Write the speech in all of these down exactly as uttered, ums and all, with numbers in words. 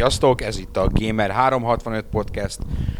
Sziasztok, ez itt a Gamer háromszázhatvanöt Podcast.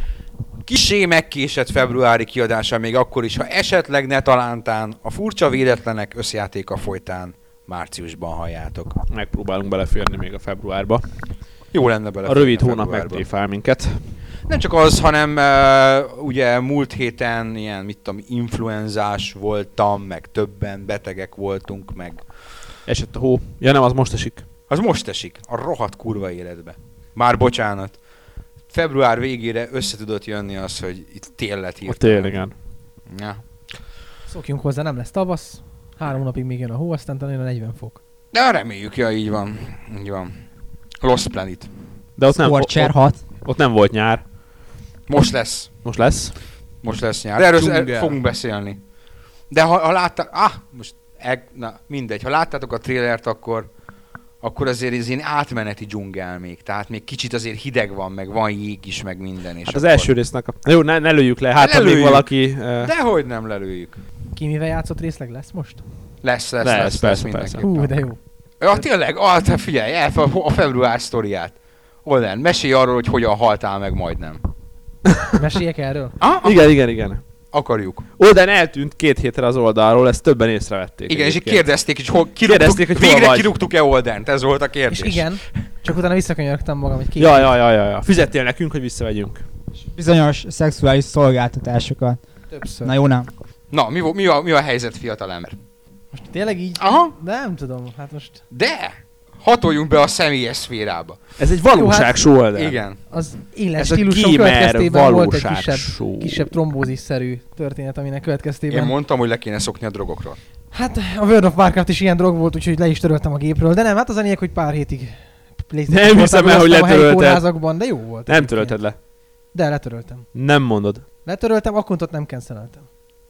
Kissé megkésett februári kiadása még akkor is, ha esetleg ne talántán a furcsa véletlenek összjátéka folytán márciusban halljátok. Megpróbálunk beleférni még a februárba. Jó lenne beleférni. A rövid hónap megtréfál minket. Nem csak az, hanem uh, ugye múlt héten ilyen, mit tudom, influenzás voltam, meg többen betegek voltunk, meg... Esett a hó. Ja nem, az most esik. Az most esik, a rohadt kurva életbe. Már bocsánat. Február végére össze tudott jönni az, hogy itt tél lett hirtelen. A tél, igen. Ja. Szokjunk hozzá, nem lesz tavasz. Három napig még jön a hó, aztán talán a negyven fok. De reméljük, ja, így van. Így van. Lost Planet. De ott nem, ott, hat. ott nem volt nyár. Most lesz. Most lesz. Most lesz nyár. De erről Dzsungel. fogunk beszélni. De ha, ha láttál... Ah, most... Eg, na, mindegy. Ha láttátok a trailert, akkor... akkor azért ez ilyen átmeneti dzsungel még. Tehát még kicsit azért hideg van, meg van jég is, meg minden. És Hát az akkor... első résznek a... Jó, ne, ne lőjük le, hát ha még valaki... Uh... Dehogy nem lelőjük. Ki mivel játszott részleg lesz most? Lesz, lesz, lesz, lesz, lesz, persze, mindenképpen. Hú, de jó. Ja, tényleg, ah, te figyelj, el, a február sztoriát. Olden, mesélj arról, hogy hogyan haltál meg majdnem. Meséljek erről? Ah, Igen, igen, igen. Akarjuk. Olden eltűnt két hétre az oldalról, ezt többen észrevették. Igen, és így egyébként. kérdezték, hogy hol, kirúgtuk, Kérdezték, hogy hol végre vagy. kirúgtuk-e Oldent, ez volt a kérdés. És igen, csak utána visszakönyörögtem magam, hogy két. Ja, ja, ja, ja, ja. Fizettél nekünk, hogy visszavegyünk. Bizonyos szexuális szolgáltatásokat. Többször. Na jó, nem. Na, mi, vo- mi, a, mi a helyzet, fiatalember? Most tényleg így? Aha. De nem tudom, hát most De, hatoljunk be a személyes szférába. Ez egy valóságshow, Olden. Igen. az éles Ez a stílusom gamer következtében volt egy valóság kisebb, show. kisebb trombózisszerű történet, aminek következtében... Én mondtam, hogy le kéne szokni a drogokról. Hát a World of Warcraft is ilyen drog volt, úgyhogy le is töröltem a gépről, de nem, hát az a lényeg, hogy pár hétig Nem hiszem el, hogy a helyi letörölted. kórházakban, de jó volt. Nem egyébként. törölted le. De letöröltem. Nem mondod. Letöröltem, akkontot nem canceleltem.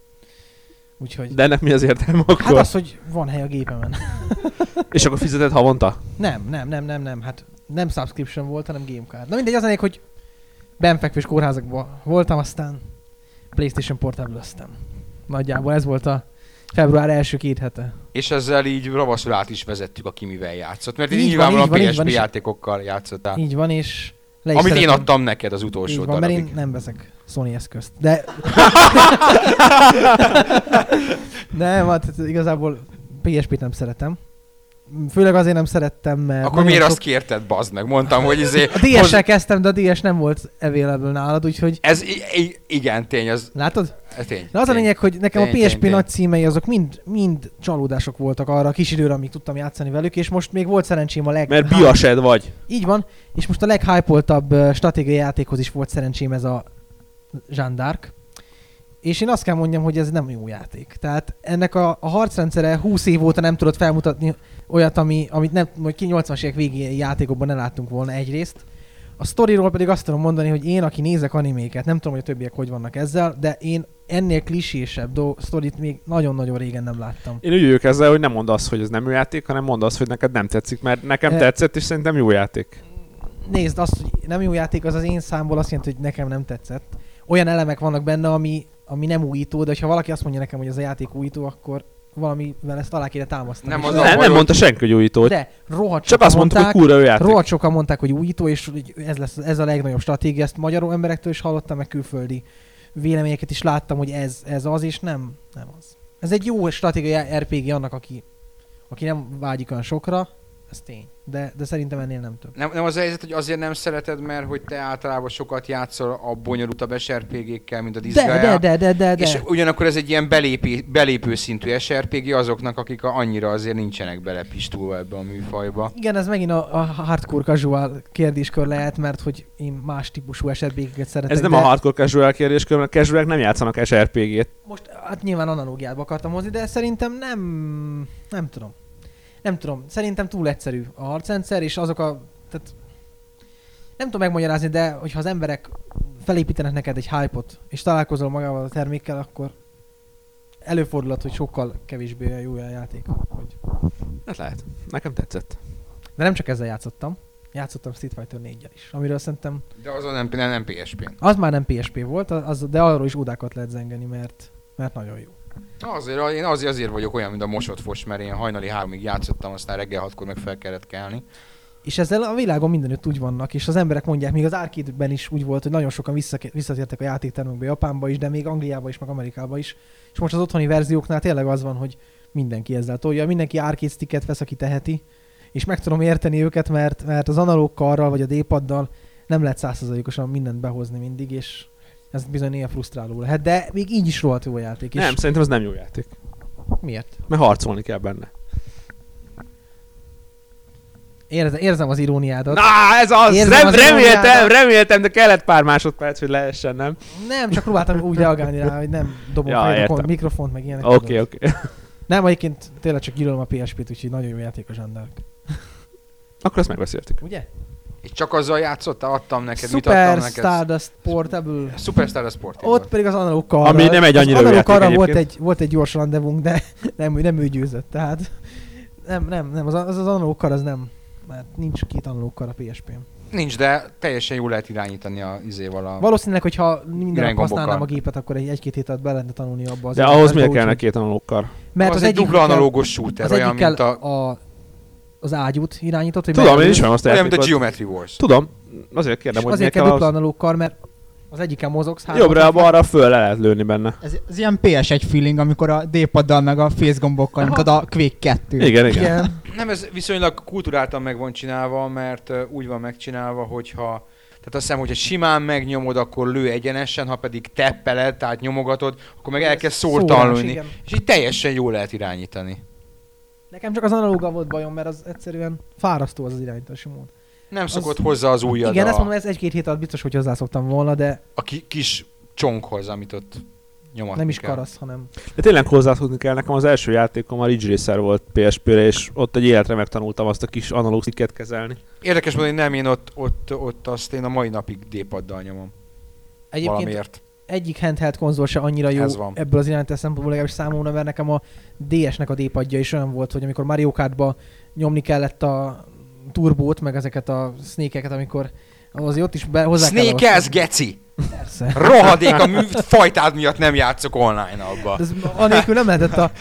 Úgyhogy... De ennek mi az értelme akkor? Hát az, hogy van hely a gépemen. És akkor fizeted havonta? Nem, nem, nem, nem, nem, hát nem subscription volt, hanem gamecard. Na mindegy, az a lényeg, hogy benfekvés kórházakban voltam, aztán PlayStation Portable-öztem. Nagyjából ez volt a február első két hete. És ezzel így ravaszul át is vezettük a ki mivel játszott. Mert Így így van, nyilvánvalóan így van, így pé es van, pé és- játékokkal játszottál. Így van, és le is Amit én szeretem. adtam neked az utolsó Így van, mert darabig. én nem veszek Sony eszközt. De... nem, hát igazából pé es pét nem szeretem. Főleg azért nem szerettem, mert... Akkor nagyon miért sok- azt kérted, bazd meg? Mondtam, hogy izé... A dé es-sel kezdtem, de a dé es nem volt available nálad, úgyhogy... Ez i- i- igen, tény, az... Látod? ez tény. De az a tény. lényeg, hogy nekem Tény, a pé es tény, pé tény. nagy címei azok mind, mind csalódások voltak arra a kis időre, amíg tudtam játszani velük, és most még volt szerencsém a leg... Mert biased vagy. Így van, és most a leghypoltabb uh, stratégiai játékhoz is volt szerencsém ez a Jeanne d'Arc. És én azt kell mondjam, hogy ez nem jó játék. Tehát ennek a, a harcrendszere húsz év óta nem tudott felmutatni olyat, ami, amit nem, vagy ki nyolcvanas évek végi játékokban ne láttunk volna egyrészt. A sztoriról pedig azt tudom mondani, hogy én, aki nézek animéket, nem tudom, hogy a többiek hogy vannak ezzel, de én ennél klisésebb do- sztorit még nagyon-nagyon régen nem láttam. Én úgy vagyok ezzel, hogy nem mondd azt, hogy ez nem jó játék, hanem mondd azt, hogy neked nem tetszik, mert nekem E- tetszett, és szerintem jó játék. Nézd, azt, hogy nem jó játék, az az én számból azt jelenti, hogy nekem nem tetszett. Olyan elemek vannak benne, ami, ami nem újító, de ha valaki azt mondja nekem, hogy ez a játék újító, akkor valamivel ezt alá kéne támasztani. Nem És az ez- a Nem, baj, nem hogy- mondta senki, hogy újító. De rohadt Csak sokan azt mondtuk, hogy mondták, kurva jó játék. rohadt sokan mondták, hogy újító, és hogy ez lesz ez a legnagyobb stratégia. Ezt magyar emberektől is hallottam, meg külföldi véleményeket is láttam, hogy ez, ez az, és nem, nem az. Ez egy jó stratégiai er pé gé annak, aki, aki nem vágyik olyan sokra, ez tény. De, de szerintem ennél nem több. Nem, nem az a helyzet, hogy azért nem szereted, mert hogy te általában sokat játszol a bonyolultabb es er pé gékkel, mint a De, Disgaea. de, de, de, de, de. És ugyanakkor ez egy ilyen belépő, belépő szintű es er pé gé azoknak, akik a, annyira azért nincsenek belepistulva ebbe a műfajba. Igen, ez megint a, a hardcore casual kérdéskör lehet, mert hogy én más típusú es er pé géket szeretek. Ez nem de a hardcore casual kérdéskör, mert a casualek nem játszanak es er pé gét. Most hát nyilván analógiába akartam hozni, de szerintem nem... Nem tudom. Nem tudom. Szerintem túl egyszerű a harcrendszer, és azok a... Tehát nem tudom megmagyarázni, de hogyha az emberek felépítenek neked egy hype-ot, és találkozol magával a termékkel, akkor előfordulhat, hogy sokkal kevésbé olyan jó a játék. Hogy... Hát lehet. Nekem tetszett. De nem csak ezzel játszottam. Játszottam Street Fighter négyel is, amiről szerintem... De azon nem, nem, nem pé es pén. Az már nem pé es pé volt, az, de arról is ódákat lehet zengeni, mert, mert nagyon jó. Azért, én azért, azért vagyok olyan, mint a mosott fos, mert én hajnali háromig játszottam, aztán reggel hatkor meg fel kellett kelni. És ezzel a világon mindenütt úgy vannak, és az emberek mondják, még az arcade-ben is úgy volt, hogy nagyon sokan vissza- visszatértek a játéktermekbe Japánba is, de még Angliába is, meg Amerikába is. És most az otthoni verzióknál tényleg az van, hogy mindenki ezzel tolja, mindenki arcade sticket vesz, aki teheti, és meg tudom érteni őket, mert, mert az analóg karral vagy a D-paddal nem lehet száz százalékosan mindent behozni mindig, és ez bizony néha frusztráló lehet, de még így is rohadt jó játék. És Nem, szerintem ez nem jó játék. miért? Mert harcolni kell benne. Érzem, érzem az iróniádat. Na, ez az! Érzem Rem, az reméltem, iróniádat. reméltem, de kellett pár másodperc, hogy lehessen, nem? Nem, csak próbáltam úgy reagálni rá, hogy nem dobom Ja, fel a értem. mikrofont, meg ilyenek. Oké, tudod. oké. Nem, egyébként tényleg csak gyűlölöm a pé es pét, úgyhogy nagyon jó játék a Jeanne d'Arc. Akkor ezt megbeszéltük. Ugye? És csak azzal játszottál, adtam neked, mit adtam Super neked? Stardust Portable. Superstar Sport. Ott pedig az analóg karra. Ami nem egy annyira az jó analóg játék karra volt egyébként. egy, volt egy gyors rendezvunk, de nem, nem ő győzött. Tehát nem, nem, nem, az, az, az analóg kar az nem. Mert nincs két analóg kar a pé es pén. Nincs, de teljesen jól lehet irányítani a izéval a... Valószínűleg, hogyha minden nap Iránygombokkal. használnám a gépet, akkor egy, egy-két hétet be lehetne tanulni abba az De irányba, ahhoz miért úgy, kellene hogy- két analókkal? Mert az, az, egy egyik dupla analógos shooter, az olyan, egyikkel mint a... a, az ágyút irányított, hogy Tudom, én bejelöl, ismerem azt a Olyan, mint a játékot. Geometry Wars. Tudom, azért és kérdem, hogy azért miért kell kell dupla az... analóg kar, mert az egyikkel mozogsz. három- Jobbra, balra föl le lehet lőni benne. Ez, ez ilyen pé es egy feeling, amikor a D-paddal meg a face gombokkal, mint a Quake kettő. Igen, igen. Igen. Nem, ez viszonylag kulturáltan meg van csinálva, mert uh, úgy van megcsinálva, hogyha... Tehát azt hiszem, hogyha simán megnyomod, akkor lő egyenesen, ha pedig teppeled, tehát nyomogatod, akkor meg elkezd szórtan Szórás, lőni. igen. És így teljesen jól lehet irányítani. Nekem csak az analóggal volt bajom, mert az egyszerűen fárasztó az az irányítási mód. Nem Az- szokott hozzá az ujjad Igen, a, ezt mondom, ez egy-két hét alatt biztos, hogy hozzászoktam volna, de a ki, kis csonkhoz, amit ott nyomatni nem is kell. karasz, hanem... De tényleg hozzászokni kell, nekem az első játékom a Ridge Racer volt pé es pére, és ott egy életre megtanultam azt a kis analóg sticket kezelni. Érdekes módon, hogy nem, én ott, ott, ott azt én a mai napig D-paddal nyomom. Egyébként Valamiért. egyik handheld konzol se annyira jó Ez van. ebből az irányítás szempontból, legalábbis számomra, mert nekem a dé esnek a D-padja is olyan volt, hogy amikor Mario Kartba nyomni kellett a turbót, meg ezeket a snake-eket, amikor azért ott is be, hozzá kell Snake-ez, olvasni. geci! Persze. Rohadék, a mű, fajtád miatt nem játszok online abba. De ez anélkül nem lehetett a...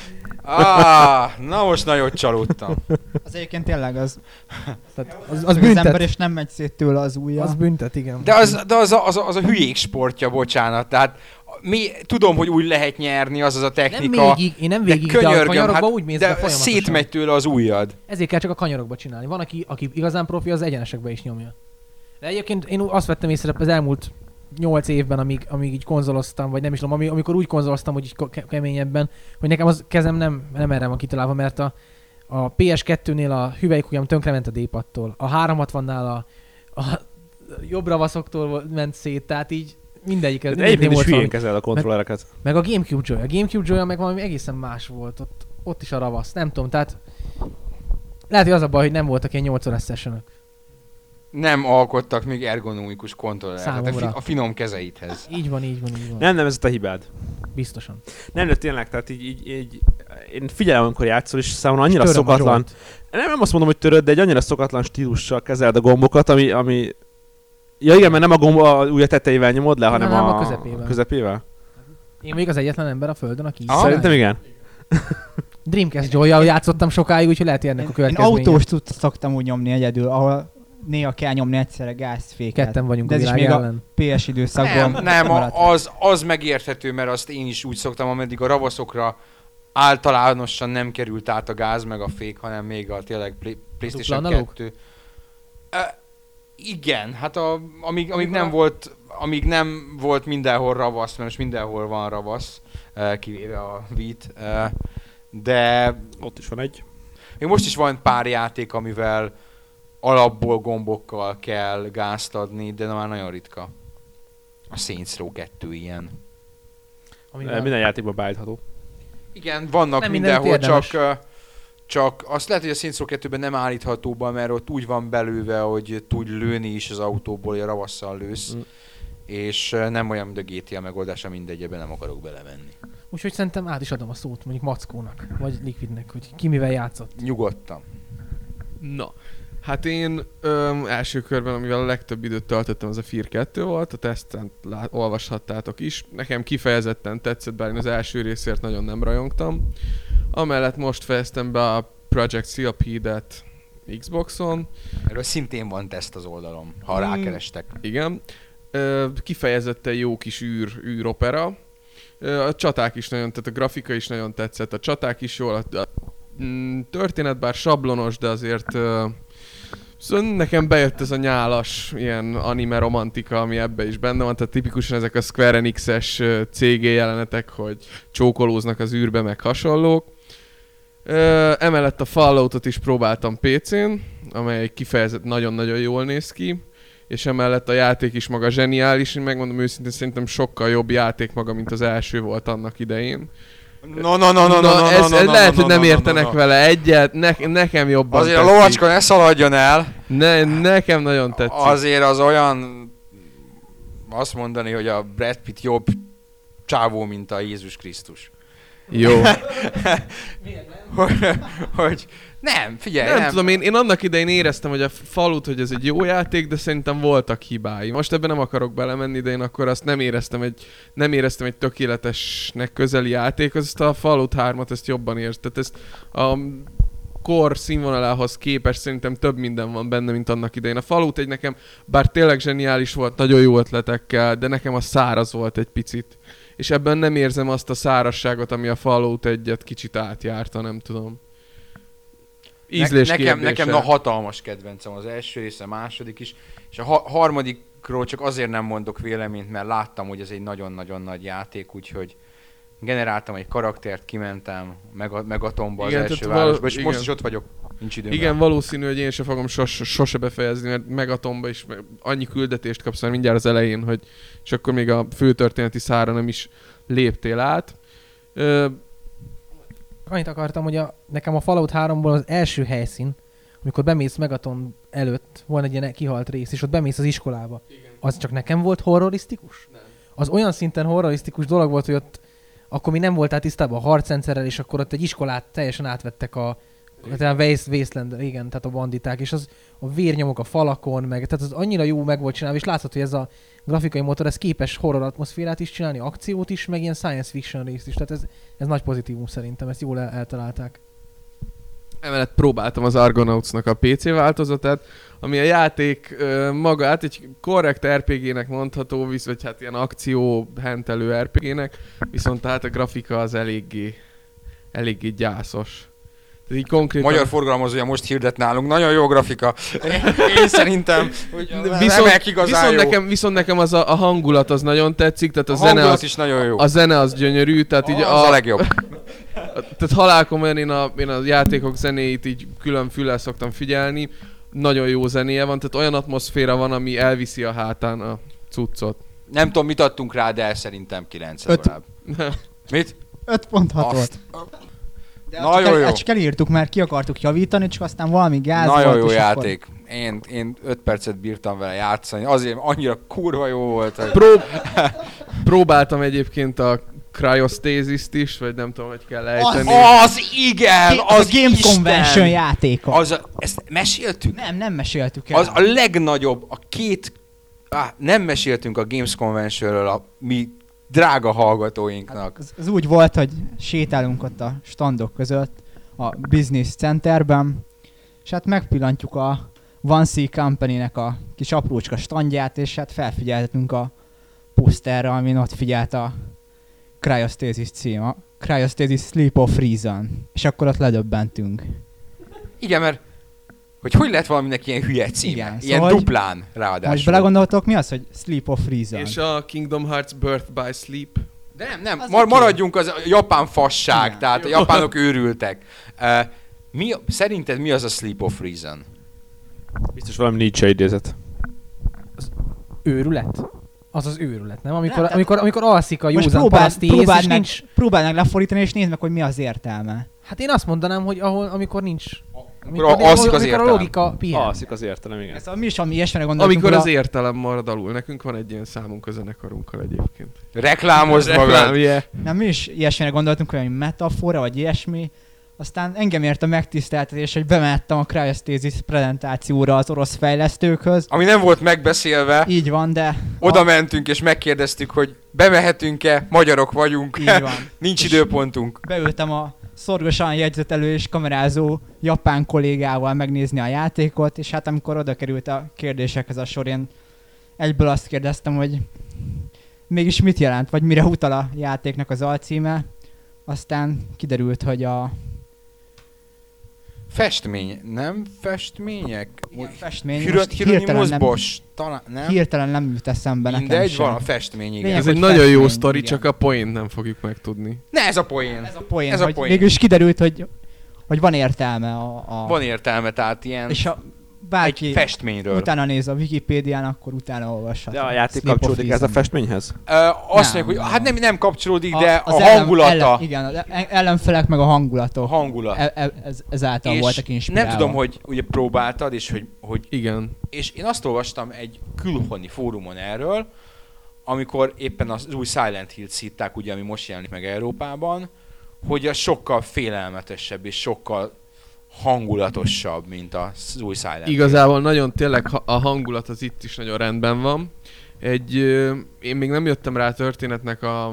Ah, na most nagyot csalódtam. Az egyébként tényleg az, Tehát az, az, az az ember büntet. és nem megy szét tőle az ujja. Az büntet, igen. De az, de az, a, az, a, az a hülyék sportja, bocsánat. Tehát mi, tudom, hogy úgy lehet nyerni, az az a nem technika. végig, én nem De végig, de, de a könyörgöm, kanyarokba hát, úgy mész be de folyamatosan. szétmegy tőle az ujjad. Ezért kell csak a kanyarokba csinálni. Van, aki, aki igazán profi, az egyenesekbe is nyomja. De egyébként én azt vettem észre az elmúlt nyolc évben, amíg, amíg így konzoloztam, vagy nem is tudom, ami- amikor úgy konzoloztam, hogy így ke- keményebben, hogy nekem az kezem nem, nem erre van kitalálva, mert a, a pé es kettőnél a hüvelykujjam tönkrement a D-paddtól, a háromszázhatvannál a, a jobb ravaszoktól ment szét, tehát így mindegyik. De mindegyiknél egyébként is volt hülyén valami. kezel a kontrollereket. Meg a Gamecube Joy. A Gamecube Joy meg valami egészen más volt. Ott, ott is a ravasz. Nem tudom, tehát lehet, hogy az a baj, hogy nem voltak ilyen nyolc órás sessionök. Nem alkottak még ergonomikus kontrollert a, Számomra. fi, a finom kezeidhez. Így van, így van, így van. Nem, nem, ez a te hibád. Biztosan. Nem, de tényleg, tehát így, így, így én figyelem, amikor játszol, és számomra annyira Töröm a szokatlan. Joy-t. Nem, nem azt mondom, hogy töröd, de egy annyira szokatlan stílussal kezeld a gombokat, ami, ami... Ja igen, mert nem a gomb a ujja tetejével nyomod le, hanem Nem, a... a közepével. közepével? Én még az egyetlen ember a földön, aki így Ah, csinálja. Szerintem igen. Dreamcast Joy-jal játszottam sokáig, úgyhogy lehet, hogy ennek a Én következménye. autós tud szoktam úgy nyomni egyedül, ahol néha kell nyomni egyszerre gázféket. Ketten vagyunk De a ez is világ még a- ellen. pé es időszakban Nem, nem, maradt. a, az, az megérthető, mert azt én is úgy szoktam, ameddig a ravaszokra általánosan nem került át a gáz meg a fék, hanem még a tényleg Play- PlayStation Dupla analóg? kettő. Uh, igen, hát a, amíg, amíg, Amikor nem a- volt, amíg nem volt mindenhol ravasz, mert most mindenhol van ravasz, uh, kivéve a Vít, uh, de Ott is van egy. még most is van pár játék, amivel alapból gombokkal kell gázt adni, de már nagyon ritka. A Saints Row kettő ilyen. Amivel- Minden játékban beállítható. Igen, vannak Nem mindenhol, mindenütt csak, ö, csak azt lehet, hogy a Saints Row kettőben nem állíthatóban, mert ott úgy van belőve, hogy tudj lőni is az autóból, hogy a ravasszal lősz. Mm. És ö, nem olyan, mint a gé té á megoldása, mindegy, ebben nem akarok belemenni. Úgyhogy szerintem át is adom a szót mondjuk Mackónak, vagy Liquidnek, hogy ki mivel játszott. Nyugodtan. Na, hát én öm, első körben, amivel a legtöbb időt töltöttem, az a Fear kettő volt, a teszten lá- olvashattátok is. Nekem kifejezetten tetszett, bár én az első részért nagyon nem rajongtam. Amellett most fejeztem be a Project Sealpede-et Xboxon. Erről szintén van teszt az oldalon, ha Hmm. rákerestek. Igen. Ö, kifejezetten jó kis űr, űropera. Ö, a csaták is nagyon, tehát a grafika is nagyon tetszett, a csaták is jól, a, a mm, történet bár sablonos, de azért ö, szóval nekem bejött ez a nyálas ilyen anime romantika, ami ebbe is benne van, tehát tipikusan ezek a Square Enix-es cé gé jelenetek, hogy csókolóznak az űrbe, meg hasonlók. Ö, emellett a Falloutot is próbáltam pé cén, amely kifejezett nagyon-nagyon jól néz ki, és emellett a játék is maga zseniális, én megmondom őszintén, szerintem sokkal jobb játék maga, mint az első volt annak idején. No, no, no, no, no, no, ez, no, ez no, lehet, no, hogy nem no, no, értenek no, no. vele egyet, ne, nekem jobban Azért a tetszik. lovacska ne szaladjon el. Ne, nekem nagyon tetszik. Azért az olyan, azt mondani, hogy a Brad Pitt jobb csávó, mint a Jézus Krisztus. Jó. hogy, hogy nem, figyelj, Nem, nem. tudom, én, én annak idején éreztem, hogy a Fallout, hogy ez egy jó játék, de szerintem voltak hibái. Most ebben nem akarok belemenni, de én akkor azt nem éreztem egy, nem éreztem egy tökéletesnek közeli játék, azt a Fallout hármat ezt jobban érzt. Tehát ezt a kor színvonalához képest szerintem több minden van benne, mint annak idején. A Fallout egy nekem, bár tényleg zseniális volt, nagyon jó ötletekkel, de nekem a száraz volt egy picit. És ebben nem érzem azt a szárazságot, ami a Fallout egyet kicsit átjárta, nem tudom. Ízlés ne, nekem, kérdése. nekem a hatalmas kedvencem az első része, a második is, és a ha- harmadikról csak azért nem mondok véleményt, mert láttam, hogy ez egy nagyon-nagyon nagy játék, úgyhogy generáltam egy karaktert, kimentem Mega- Megatonba az Igen, első tehát városba, val- és most igen. is ott vagyok, nincs időm. Igen, rá. valószínű, hogy én sem fogom sos, sose befejezni, mert Megatonba is annyi küldetést kapsz már mindjárt az elején, hogy és akkor még a főtörténeti szára nem is léptél át. Ö, Annyit akartam, hogy a, nekem a Fallout háromból az első helyszín, amikor bemész Megaton előtt, van egy ilyen kihalt rész, és ott bemész az iskolába. Igen. Az csak nekem volt horrorisztikus? Nem. Az olyan szinten horrorisztikus dolog volt, hogy ott akkor mi nem voltál tisztában a harcrendszerrel, és akkor ott egy iskolát teljesen átvettek a a Waste, Wasteland, igen, tehát a banditák, és az a vérnyomok a falakon, meg, tehát az annyira jó meg volt csinálva, és látszott, hogy ez a grafikai motor, ez képes horror atmoszférát is csinálni, akciót is, meg ilyen science fiction részt is, tehát ez, ez nagy pozitívum szerintem, ezt jól el- eltalálták. Emellett próbáltam az Argonautsnak a pé cé változatát, ami a játék ö, magát egy korrekt er pé gének mondható, visz, vagy hát ilyen akció hentelő er pé gének, viszont tehát a grafika az eléggé, eléggé gyászos. Tehát így konkrétan... Magyar forgalmazója most hirdet nálunk, nagyon jó grafika. Én szerintem, hogy viszont, remek, igazán viszont, jó. nekem, viszont nekem az a, a hangulat az nagyon tetszik, tehát a, A zene hangulat az, is nagyon jó. a zene az gyönyörű, tehát így az a, a legjobb. tehát halálkomolyan én a, én a játékok zenéit így külön füllel szoktam figyelni, nagyon jó zenéje van, tehát olyan atmoszféra van, ami elviszi a hátán a cuccot. Nem tudom, mit adtunk rá, de szerintem kilenc Öt. legalább. Mit? öt pont hat volt. Azt. De Nagyon csak, el, jó. ezt csak elírtuk, mert ki akartuk javítani, csak aztán valami gáz Nagyon volt, jó és játék. Én, én öt percet bírtam vele játszani, azért annyira kurva jó volt. Hogy... Prób- próbáltam egyébként a Cryostasis-t is, vagy nem tudom, hogy kell ejteni. Az igen! Akkor... Az a Games Isten! Convention játéka. Az a, ezt meséltük? Nem, nem meséltük el. Az a legnagyobb, a két... Á, nem meséltünk a Games Conventionről a mi drága hallgatóinknak. Az, az úgy volt, hogy sétálunk ott a standok között a Business Centerben, és hát megpillantjuk a One C Company-nek a kis aprócska standját, és hát felfigyeltünk a poszterre, amin ott figyelt a Cryostasis cím, a Cryostasis Sleep of Reason. És akkor ott ledöbbentünk. Igen, mert hogy hogy lett valaminek ilyen hülye címe? Igen, Ilyen szóval, duplán ráadásul. Most belegondoltok, mi az, hogy Sleep of Reason? És a Kingdom Hearts Birth by Sleep. De nem, nem, Az mar- oké. maradjunk az a japán fasság, Igen. tehát a Jó. japánok őrültek. Uh, mi, szerinted mi az a Sleep of Reason? Biztos valami Nietzsche idézet. Őrület? Az az őrület, nem? Amikor, Nem, amikor, amikor alszik a Most józan próbáld, paraszti ész, próbáld, és meg, nincs... próbáld meg lefordítani, és nézd meg, hogy mi az értelme. Hát én azt mondanám, hogy ahol, amikor nincs... Amikor alszik az amikor a értelem. logika pihen. Alszik az értelem, igen. Ez a, mi is, ami ilyesmire gondoltunk. Amikor az a... értelem marad alul. Nekünk van egy ilyen számunk a zenekarunkkal egyébként. Reklámozd Reklám, magad. yeah. Nem, mi is ilyesmire gondoltunk, hogy metafora, vagy ilyesmi, Aztán engem ért a megtiszteltetés, hogy bemehettem a Cryostasis prezentációra az orosz fejlesztőkhöz. Ami nem volt megbeszélve, Így van, de... oda a... mentünk és megkérdeztük, hogy bemehetünk-e, magyarok vagyunk, Így van. nincs És időpontunk. Beültem a szorgosan jegyzetelő és kamerázó japán kollégával megnézni a játékot, és hát amikor oda került a kérdésekhez a sor, én egyből azt kérdeztem, hogy mégis mit jelent, vagy mire utal a játéknak az alcíme. Aztán kiderült, hogy a Festmény, nem festmények? igen, festmény, Hiro- most Hieronymus hirtelen nem, Bosch, talán nem? hirtelen nem jut eszembe nekem Mindegy, sem. van a festmény, igen. Lényeg, Ez hogy egy nagyon jó festmény, sztori, igen. csak a poént nem fogjuk megtudni. Ne, ez a poén. Ez a poén, Ez a hogy poén. végül is kiderült, hogy, hogy van értelme a... a Van értelme, tehát ilyen és ha egy bárki festményről. utána néz a Wikipédián, akkor utána olvashat. De a játék Sleep of kapcsolódik ez a Reason. festményhez? Ö, azt Nem, mondjuk, hogy nem. hát nem, nem kapcsolódik, de a, az hangulata, Ellen, ellen, igen, az ellenfelek meg a a hangulatok. hangulat. E, e, ez, ezáltal És voltak inspirálva. nem tudom, hogy ugye próbáltad, és hogy, hogy Igen. és én azt olvastam egy külhoni fórumon erről, amikor éppen az új Silent Hill-t szítták, ugye, ami most jelenik meg Európában, hogy az sokkal félelmetesebb és sokkal hangulatosabb, mint az új Silent Hill. Igazából nagyon tényleg ha- a hangulat az itt is nagyon rendben van. Egy, ö, én még nem jöttem rá a történetnek a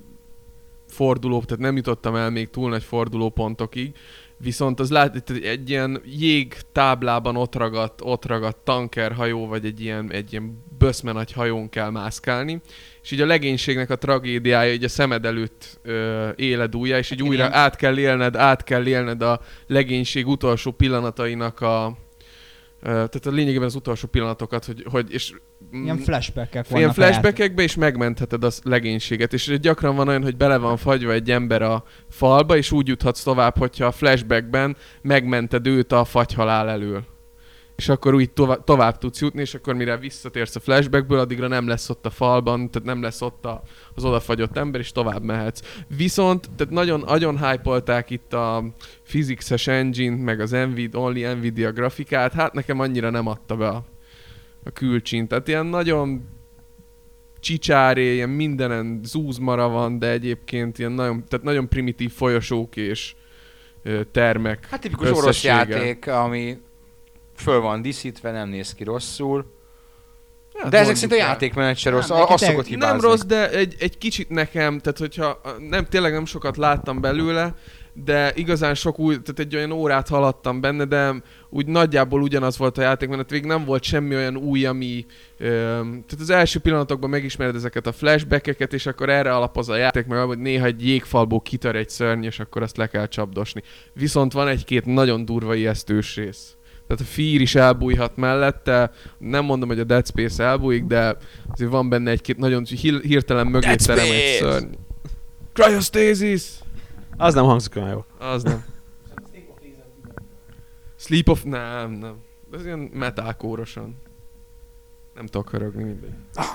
forduló, tehát nem jutottam el még túl nagy fordulópontokig, viszont az lát, egy, egy ilyen jég táblában ott ragadt, ott ragadt tankerhajó, vagy egy ilyen, egy ilyen böszme nagy hajón kell mászkálni, és így a legénységnek a tragédiája így a szemed előtt ö, éled újra, és így Hát újra igen. át kell élned, át kell élned a legénység utolsó pillanatainak a ö, tehát a lényegében az utolsó pillanatokat, hogy, hogy és Ilyen flashback-ek vannak. ilyen a játék- flashbackekbe is megmentheted a legénységet, és gyakran van olyan, hogy bele van fagyva egy ember a falba, és úgy juthatsz tovább, hogyha a flashbackben megmented őt a fagyhalál elől. És akkor úgy tova- tovább tudsz jutni, és akkor mire visszatérsz a flashbackből, addigra nem lesz ott a falban, tehát nem lesz ott a, az odafagyott ember, és tovább mehetsz. Viszont, tehát nagyon, nagyon hype-olták itt a physics-es engine-t, meg az Nvidia, Only Nvidia grafikát, hát nekem annyira nem adta be a a külcsint. Tehát ilyen nagyon csicsáré, ilyen mindenen zúzmara van, de egyébként ilyen nagyon, tehát nagyon primitív folyosók és ö, termek. Hát tipikus orosz összessége. játék, ami föl van díszítve, nem néz ki rosszul. Hát De ezek mondjuk szerint a el. játékmenet se Nem, rossz, neki azt te- szokott hibázni. Nem rossz, de egy, egy kicsit nekem, tehát hogyha nem, tényleg nem sokat láttam belőle, de igazán sok új, tehát egy olyan órát haladtam benne, de úgy nagyjából ugyanaz volt a játékmenet, végig nem volt semmi olyan új, ami... Ö, tehát az első pillanatokban megismered ezeket a flashbackeket, és akkor erre alapoz a játék, meg hogy néha egy jégfalból kitör egy szörny, és akkor azt le kell csapdosni. Viszont van egy-két nagyon durva ijesztős rész. Tehát a Fear is elbújhat mellette, nem mondom, hogy a Dead Space elbújik, de azért van benne egy-két nagyon hil- hirtelen mögé Dead terem egy Space! szörny. Cryostasis! Az nem hangzik olyan jól. Az nem. Sleep of... Nem, nem. Ez ilyen metálkórosan. Nem tudok hörögni mindegy.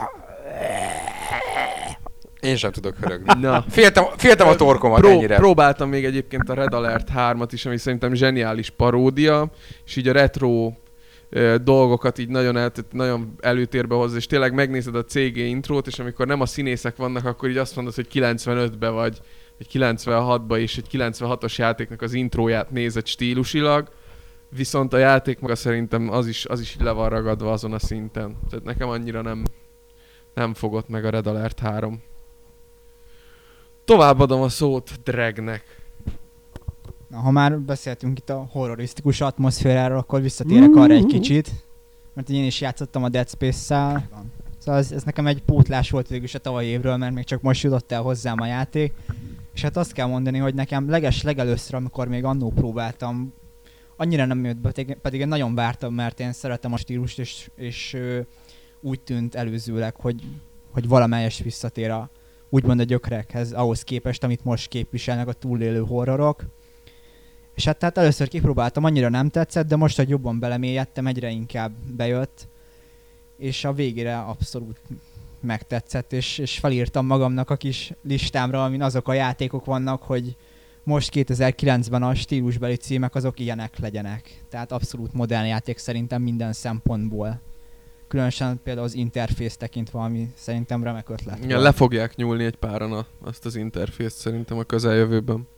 Én sem tudok hörögni. Na. Féltem, féltem a torkomat Pró- ennyire. próbáltam még egyébként a Red Alert hármat is, ami szerintem zseniális paródia, és így a retro ö, dolgokat így nagyon, el, tehát nagyon előtérbe hozza, és tényleg megnézed a cé gé intrót, és amikor nem a színészek vannak, akkor így azt mondod, hogy kilencvenötbe vagy, vagy kilencvenhatba, és egy kilencvenhatos játéknak az intróját nézed stílusilag, viszont a játék maga szerintem az is, az is így le van ragadva azon a szinten. Tehát nekem annyira nem, nem fogott meg a Red Alert három. Továbbadom a szót Dregnek. Na, ha már beszéltünk itt a horrorisztikus atmoszféráról, akkor visszatérek arra egy kicsit. Mert én is játszottam a Dead Space-szel. Szóval ez, ez nekem egy pótlás volt végül is a tavalyi évről, mert még csak most jutott el hozzám a játék. És hát azt kell mondani, hogy nekem leges legelőször, amikor még annó próbáltam, annyira nem jött be, pedig- pedig én nagyon vártam, mert én szeretem a stílust, és, és ö, úgy tűnt előzőleg, hogy, hogy valamelyes visszatér a, úgymond a gyökerekhez, ahhoz képest, amit most képviselnek a túlélő horrorok. És hát tehát először kipróbáltam, annyira nem tetszett, de most, hogy jobban belemélyedtem, egyre inkább bejött, és a végére abszolút megtetszett, és, és felírtam magamnak a kis listámra, amin azok a játékok vannak, hogy most kétezer-kilencben a stílusbeli címek azok ilyenek legyenek. Tehát abszolút modern játék szerintem minden szempontból. Különösen például az interfész tekintve, ami szerintem remek ötlet. Igen, volt. le fogják nyúlni egy páran a, azt az interfészt szerintem a közeljövőben.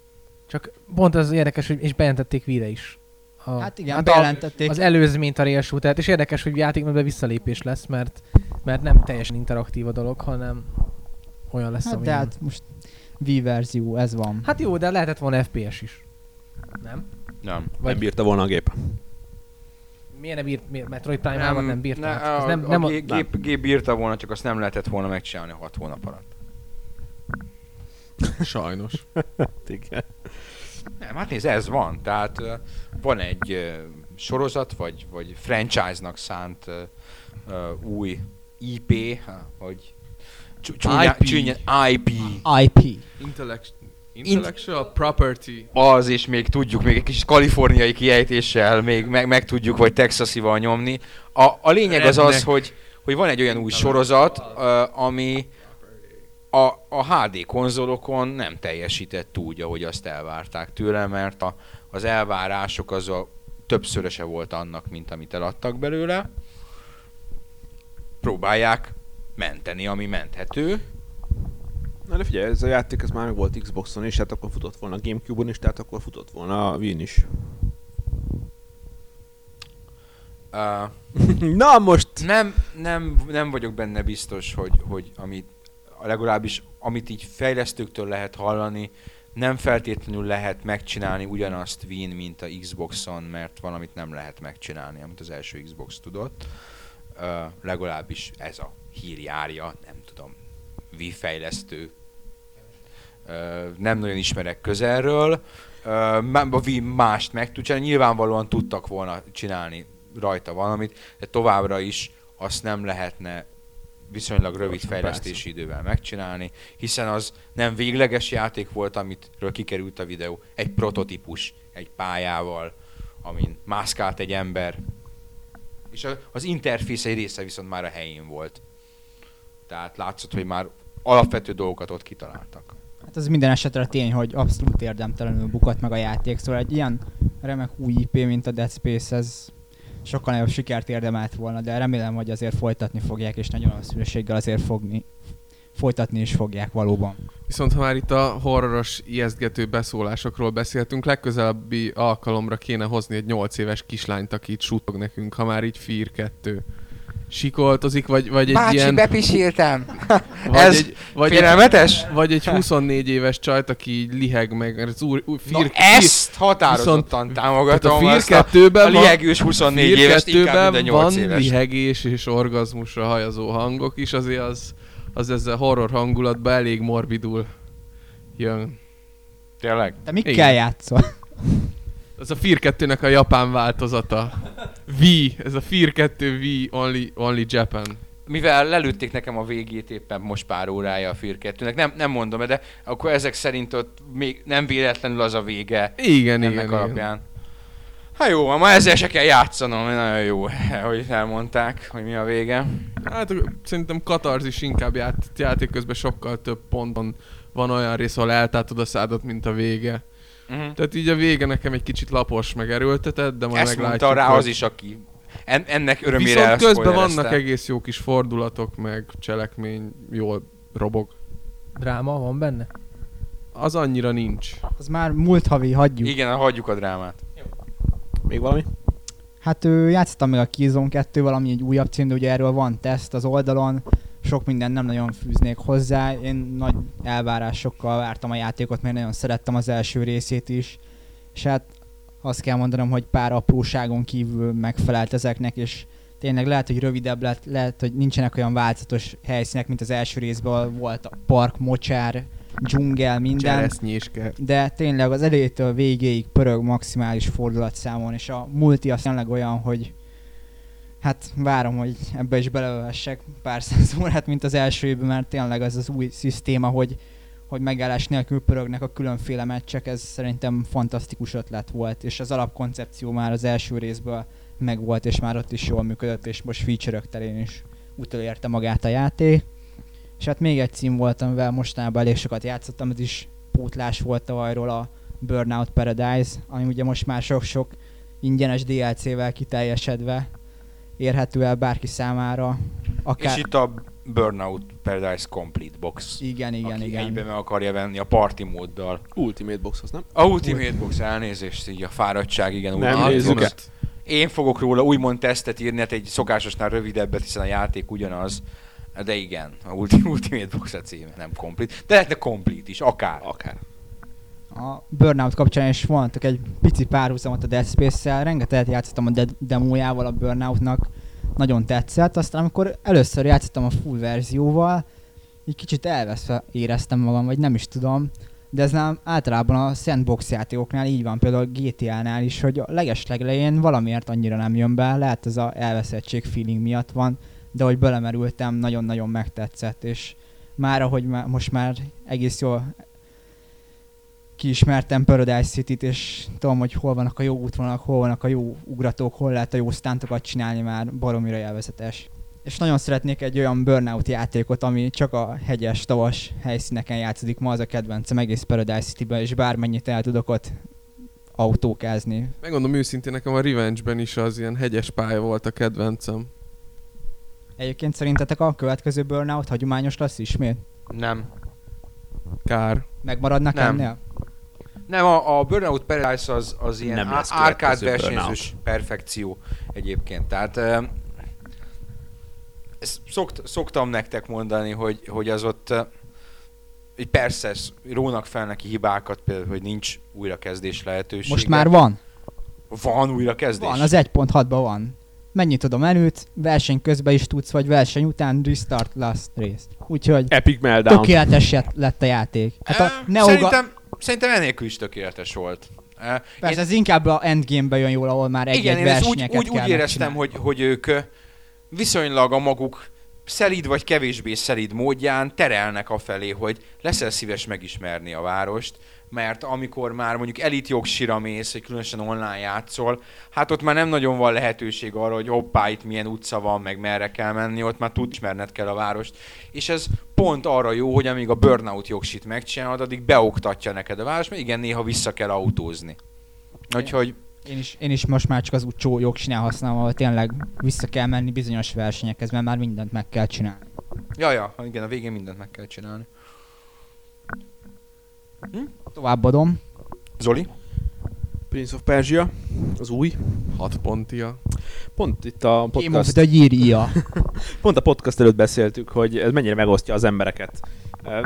Csak pont az érdekes, hogy és bejelentették Wii-re is. A, Hát igen, a- bejelentették. Az előzményt a Rail Shooter-t, és érdekes, hogy játékmódban visszalépés lesz, mert, mert nem teljesen interaktív a dolog, hanem olyan lesz, Hát ami de nem. hát most Wii verzió, ez van. Hát jó, de lehetett volna ef pé es is. Nem? Nem. Vagy Nem bírta volna a gép. miért nem bírt, miért Metroid Prime-ot nem bírt? Ne, hát, a, nem, a, nem, a a, gép, gép, gép bírta volna, csak azt nem lehetett volna megcsinálni hat hónap alatt. Sajnos. Igen. Nem, hát nézd, ez van. Tehát ö, van egy ö, sorozat, vagy, vagy franchise-nak szánt ö, ö, új i pé, hogy csú- csúnya, I P. csúnya i pé. i pé. Intellect- Intellectual property. Az, és még tudjuk, még egy kis kaliforniai kiejtéssel még meg, meg tudjuk, vagy texasival nyomni. A, a lényeg az az, Redneck. hogy, hogy van egy olyan új sorozat, ö, ami a, a há dé konzolokon nem teljesített úgy, ahogy azt elvárták tőle, mert a, az elvárások az a többszöröse volt annak, mint amit eladtak belőle. Próbálják menteni, ami menthető. Na de figyelj, ez a játék ez már meg volt Xboxon is, hát akkor futott volna a Gamecube-on is, tehát akkor futott volna a Wii-n is. Uh, Na most! nem, nem, nem vagyok benne biztos, hogy, hogy amit, legalábbis amit így fejlesztőktől lehet hallani, nem feltétlenül lehet megcsinálni ugyanazt Wii-n, mint a Xboxon, mert valamit nem lehet megcsinálni, amit az első Xbox tudott. Uh, legalábbis ez a hír járja, nem tudom, Wii fejlesztő. Uh, nem nagyon ismerek közelről. Uh, a Wii mást meg tud csinálni, nyilvánvalóan tudtak volna csinálni rajta valamit, de továbbra is azt nem lehetne viszonylag rövid fejlesztési idővel megcsinálni, hiszen az nem végleges játék volt, amitről kikerült a videó, egy prototípus, egy pályával, amin mászkált egy ember, és a- az interfész egy része viszont már a helyén volt. Tehát látszott, hogy már alapvető dolgokat ott kitaláltak. Hát ez minden esetre tény, hogy abszolút érdemtelenül bukott meg a játék, szóval egy ilyen remek új i pé, mint a Dead Space, ez sokkal nagyobb sikert érdemelt volna, de remélem, hogy azért folytatni fogják, és nagyon valószínűséggel azért fogni, folytatni is fogják valóban. Viszont ha már itt a horroros, ijesztgető beszólásokról beszéltünk, legközelebbi alkalomra kéne hozni egy nyolc éves kislányt, aki itt suttog nekünk, ha már így Fear kettő sikoltozik, vagy, vagy egy Bácsi, ilyen... bepiséltem! Vagy Ez egy, vagy egy, félelmetes? vagy egy huszonnégy éves csajt, aki így liheg meg, mert az új, új Na, Fear, ezt határozottan viszont- támogatom, a Fear azt a, a kettőben van, liegős huszonnégy Fear éves, inkább kettőben mint a nyolc van éves. lihegés és orgazmusra hajazó hangok is, azért az, az ezzel horror hangulatban elég morbidul jön. Tényleg? Te mikkel Igen. játszol? Az a Fear kettőnek a japán változata. Wii, ez a Fear kettő Wii Only, only Japan. Mivel lelőtték nekem a végét éppen most pár órája a Fear kettőnek, nem, nem mondom, de akkor ezek szerint ott még nem véletlenül az a vége Igen, ennek igen, igen. alapján. Hát jó, ma ezzel se kell játszanom, nagyon jó, hogy elmondták, hogy mi a vége. Hát szerintem katarzis inkább ját, játék közben sokkal több ponton van olyan rész, ahol eltátod a szádat, mint a vége. Uh-huh. Tehát így a vége nekem egy kicsit lapos, meg erőltetett, de majd Ezt meglátjuk. mondta rá hogy- az is, aki en- ennek örömére Viszont közben elszpoilerezte. vannak egész jó kis fordulatok, meg cselekmény, jól robog. Dráma van benne? Az annyira nincs. Az már múlt havi, hagyjuk. Igen, hagyjuk a drámát. Még valami? Hát ő, játszottam meg a Killzone kettővel, ami egy újabb cím, de ugye erről van teszt az oldalon. Sok minden nem nagyon fűznék hozzá. Én nagy elvárásokkal vártam a játékot, mert nagyon szerettem az első részét is. És hát azt kell mondanom, hogy pár apróságon kívül megfelelt ezeknek, és tényleg lehet, hogy rövidebb lett, lehet, hogy nincsenek olyan változatos helyszínek, mint az első részben volt a park, mocsár, dzsungel, minden. Cseresznyéske. De tényleg az elejétől végéig pörög maximális fordulatszámon, és a multi az tényleg olyan, hogy hát várom, hogy ebbe is belevessek pár száz órát, mint az első évben, mert tényleg ez az új szisztéma, hogy, hogy megállás nélkül pörögnek a különféle meccsek, ez szerintem fantasztikus ötlet volt, és az alapkoncepció már az első részből megvolt, és már ott is jól működött, és most feature-ök terén is utolérte magát a játék. És hát még egy cím volt, amivel mostanában elég sokat játszottam, ez is pótlás volt tavalyról, a Burnout Paradise, ami ugye most már sok-sok ingyenes dé el cé-vel kiteljesedve érhető el bárki számára. Akár... És itt a Burnout Paradise Complete Box. Igen, igen, aki igen. egyben meg akarja venni a party móddal. Ultimate Box az, nem? A Ultimate Box, elnézést, így a fáradtság, igen. Nem Ultimate nézzük Box. ezt. Én fogok róla úgymond tesztet írni, hát egy szokásosnál rövidebbet, hiszen a játék ugyanaz. De igen, a Ulti- Ultimate Box a címe, nem Complete. De lehetne Complete is, akár. Akár. A Burnout kapcsán is vonattak egy pici párhuzamot a Dead Space-szel, rengeteget játszottam a de- demójával a Burnoutnak, nagyon tetszett, aztán amikor először játszottam a full verzióval, így kicsit elveszve éreztem magam, vagy nem is tudom, de ez nem általában a sandbox játékoknál így van, például a gé té á-nál is, hogy a legeslegelején valamiért annyira nem jön be, lehet ez a elveszettség feeling miatt van, de hogy belemerültem, nagyon-nagyon megtetszett, és már ahogy má- most már egész jól kiismertem Paradise City-t, és tudom, hogy hol vannak a jó útvonalak, hol vannak a jó ugratók, hol lehet a jó sztántokat csinálni, már baromira élvezetes. És nagyon szeretnék egy olyan Burnout játékot, ami csak a hegyes, tavas helyszíneken játszódik. Ma az a kedvencem egész Paradise City-ben, és bármennyit el tudok ott autókázni. Megmondom őszintén, nekem a Revenge-ben is az ilyen hegyes pálya volt a kedvencem. Egyébként szerintetek a következő Burnout hagyományos lesz ismét? Nem. Kár. Megmaradnak Nem. ennél? Nem, a, a Burnout Paradise az, az ilyen Nem lesz árkád következő versenyzős perfekció egyébként. Tehát ö, ezt szokt, szoktam nektek mondani, hogy, hogy az ott ö, így persze rónak fel neki hibákat, például, hogy nincs újrakezdés lehetősége. Most már van? Van újrakezdés? Van, az egy pont hatban van. Mennyit tudom menüt, verseny közben is tudsz, vagy verseny után restart last race. Úgyhogy Epic Meltdown. tökéletes lett a játék. Hát a Ö, Neoga... Szerintem, szerintem ennélkül is tökéletes volt. Ö, Persze, én- ez inkább a endgame-be jön jól, ahol már egy-egy Igen, én ezt úgy, versenyeket úgy, úgy kell éreztem, megcsinálni. hogy, hogy ők ö, viszonylag a maguk szelíd vagy kevésbé szelíd módján terelnek afelé, hogy leszel szíves megismerni a várost, mert amikor már mondjuk elit jogsira mész, vagy különösen online játszol, hát ott már nem nagyon van lehetőség arra, hogy hoppá, itt milyen utca van, meg merre kell menni, ott már tud ismerned kell a várost. És ez pont arra jó, hogy amíg a Burnout jogsit megcsinálod, addig beoktatja neked a várost, mert igen, néha vissza kell autózni. Úgyhogy Én is, én is most már csak az utcsó jogsinál használom, ahol tényleg vissza kell menni bizonyos versenyekhez, mert már mindent meg kell csinálni. ja, ja, igen, a végén mindent meg kell csinálni. Továbbadom. Zoli? Prince of Persia, az új. Hat pontia. Pont itt a Game of podcast, the Year i á. pont a podcast előtt beszéltük, hogy ez mennyire megosztja az embereket. Ö,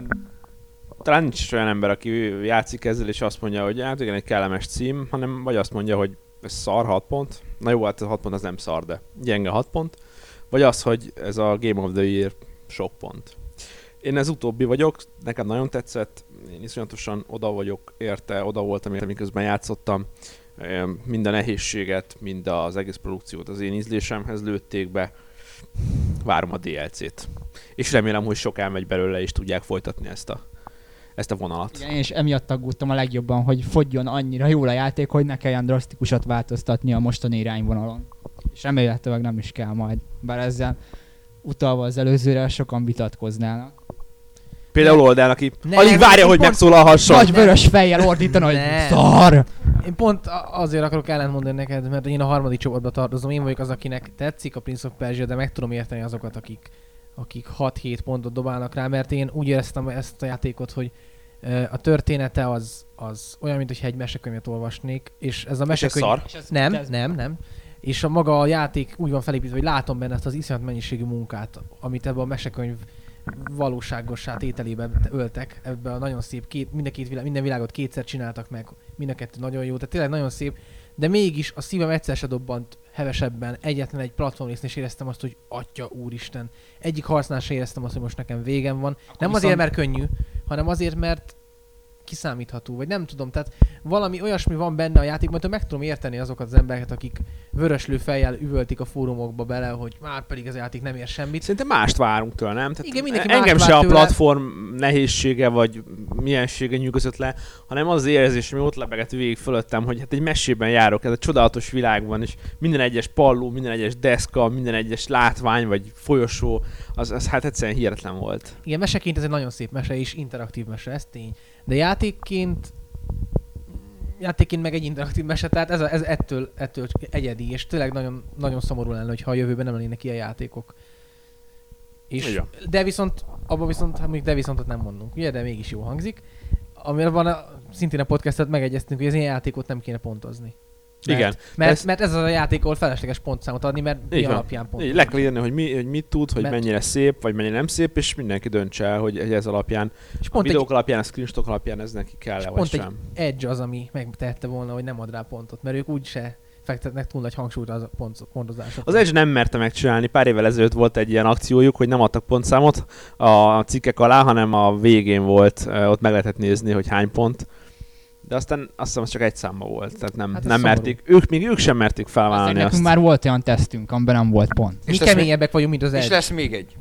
Talán nincs is olyan ember, aki játszik ezzel, és azt mondja, hogy hát igen, egy kellemes cím, hanem vagy azt mondja, hogy ez szar, hat pont. Na jó, hát a hat pont az nem szar, de gyenge hat pont. Vagy az, hogy ez a Game of the Year sok pont. Én ez utóbbi vagyok, nekem nagyon tetszett, én iszonyatosan oda vagyok érte, oda voltam érte, miközben játszottam. Mind a nehézséget, mind az egész produkciót az én ízlésemhez lőtték be. Várom a dé el cét. És remélem, hogy sok elmegy belőle, és tudják folytatni ezt a, ezt a vonalat. Igen, én is emiatt aggódtam a legjobban, hogy fogjon annyira jól a játék, hogy ne kelljen drasztikusat változtatni a mostani irányvonalon. És remélhetőleg nem is kell majd. Bár ezzel utalva az előzőre sokan vitatkoznának. Például Oldán, aki Ne, alig várja, én hogy pont- megszólalhasson. Nagy vörös fejjel ordítani, hogy Ne. szar! Én pont a- azért akarok ellentmondani neked, mert én a harmadik csoportba tartozom. Én vagyok az, akinek tetszik a Prince of Persia, de meg tudom érteni azokat, akik, akik hat-hét pontot dobálnak rá, mert én úgy éreztem ezt a játékot, hogy ö, a története az, az olyan, mint hogy egy mesekönyvet olvasnék, és ez a És ez mesekönyv... szar. És ez- Nem, ez- nem, nem. És a maga a játék úgy van felépítve, hogy látom benne ezt az iszonyat mennyiségű munkát, amit ebbe a mesekönyv valóságossá tételébe öltek, ebbe a nagyon szép, két, minden, két világ, minden világot kétszer csináltak meg, mind a kettő nagyon jó, tehát tényleg nagyon szép, de mégis a szívem egyszer se dobbant hevesebben, egyetlen egy platformrészen is éreztem azt, hogy atya úristen. Egyik harcnál se éreztem azt, hogy most nekem végem van. Akkor Nem viszont- azért, mert könnyű, hanem azért, mert kiszámítható, vagy nem tudom, tehát valami olyasmi van benne a játékban, hogy meg tudom érteni azokat az embereket, akik vöröslő fejjel üvöltik a fórumokba bele, hogy már pedig ez a játék nem ér semmit. Szerintem mást várunk tőle, nem? Tehát Igen, mindenki engem mást se vár a tőle. platform nehézsége vagy miensége nyugodott le, hanem az az érzés, ami ott lebegett végig fölöttem, hogy hát egy mesében járok, ez a csodálatos világban, és minden egyes palló, minden egyes deszka, minden egyes látvány vagy folyosó, az, az hát egyszerűen hihetetlen volt. Igen, meseként ez egy nagyon szép mese, és interaktív mese, ez tény. De játékként játékként meg egy interaktív mese, tehát ez, a, ez ettől, ettől egyedi, és tényleg nagyon, nagyon szomorú lenne, hogyha a jövőben nem lennének ilyen játékok. És, Igen. de viszont, abban viszont, hát mondjuk de viszontot nem mondunk, ugye, de mégis jó hangzik. Amiben a, szintén a podcastot megegyeztünk, hogy az ilyen játékot nem kéne pontozni. Mert, Igen. Mert, Ez- mert ez az a játék, ahol felesleges pontszámot adni, mert mi Így van. alapján pont. Így le kell írni, hogy, mi, hogy mit tud, hogy Mert- mennyire szép, vagy mennyire nem szép, és mindenki döntse el, hogy ez alapján, És a pont egy videók alapján, a screenshotok alapján ez neki kell És vagy pont egy sem. Edge az, ami megtehette volna, hogy nem ad rá pontot, mert ők úgyse fektetnek túl nagy hangsúlyt az pont, pontozásokra. Az Edge nem merte megcsinálni, pár évvel ezelőtt volt egy ilyen akciójuk, hogy nem adtak pontszámot a cikkek alá, hanem a végén volt, ö, ott meg lehetett nézni, hogy hány pont. De aztán azt hiszem, az csak egy számba volt, tehát nem, Hát hát ez nem szomorú. merték, ők még ők sem merték Aztán felvállalni azt. nekünk már volt olyan tesztünk, amiben nem volt pont. Mi És lesz keményebbek vagyunk, mint az És Edge. lesz még egy.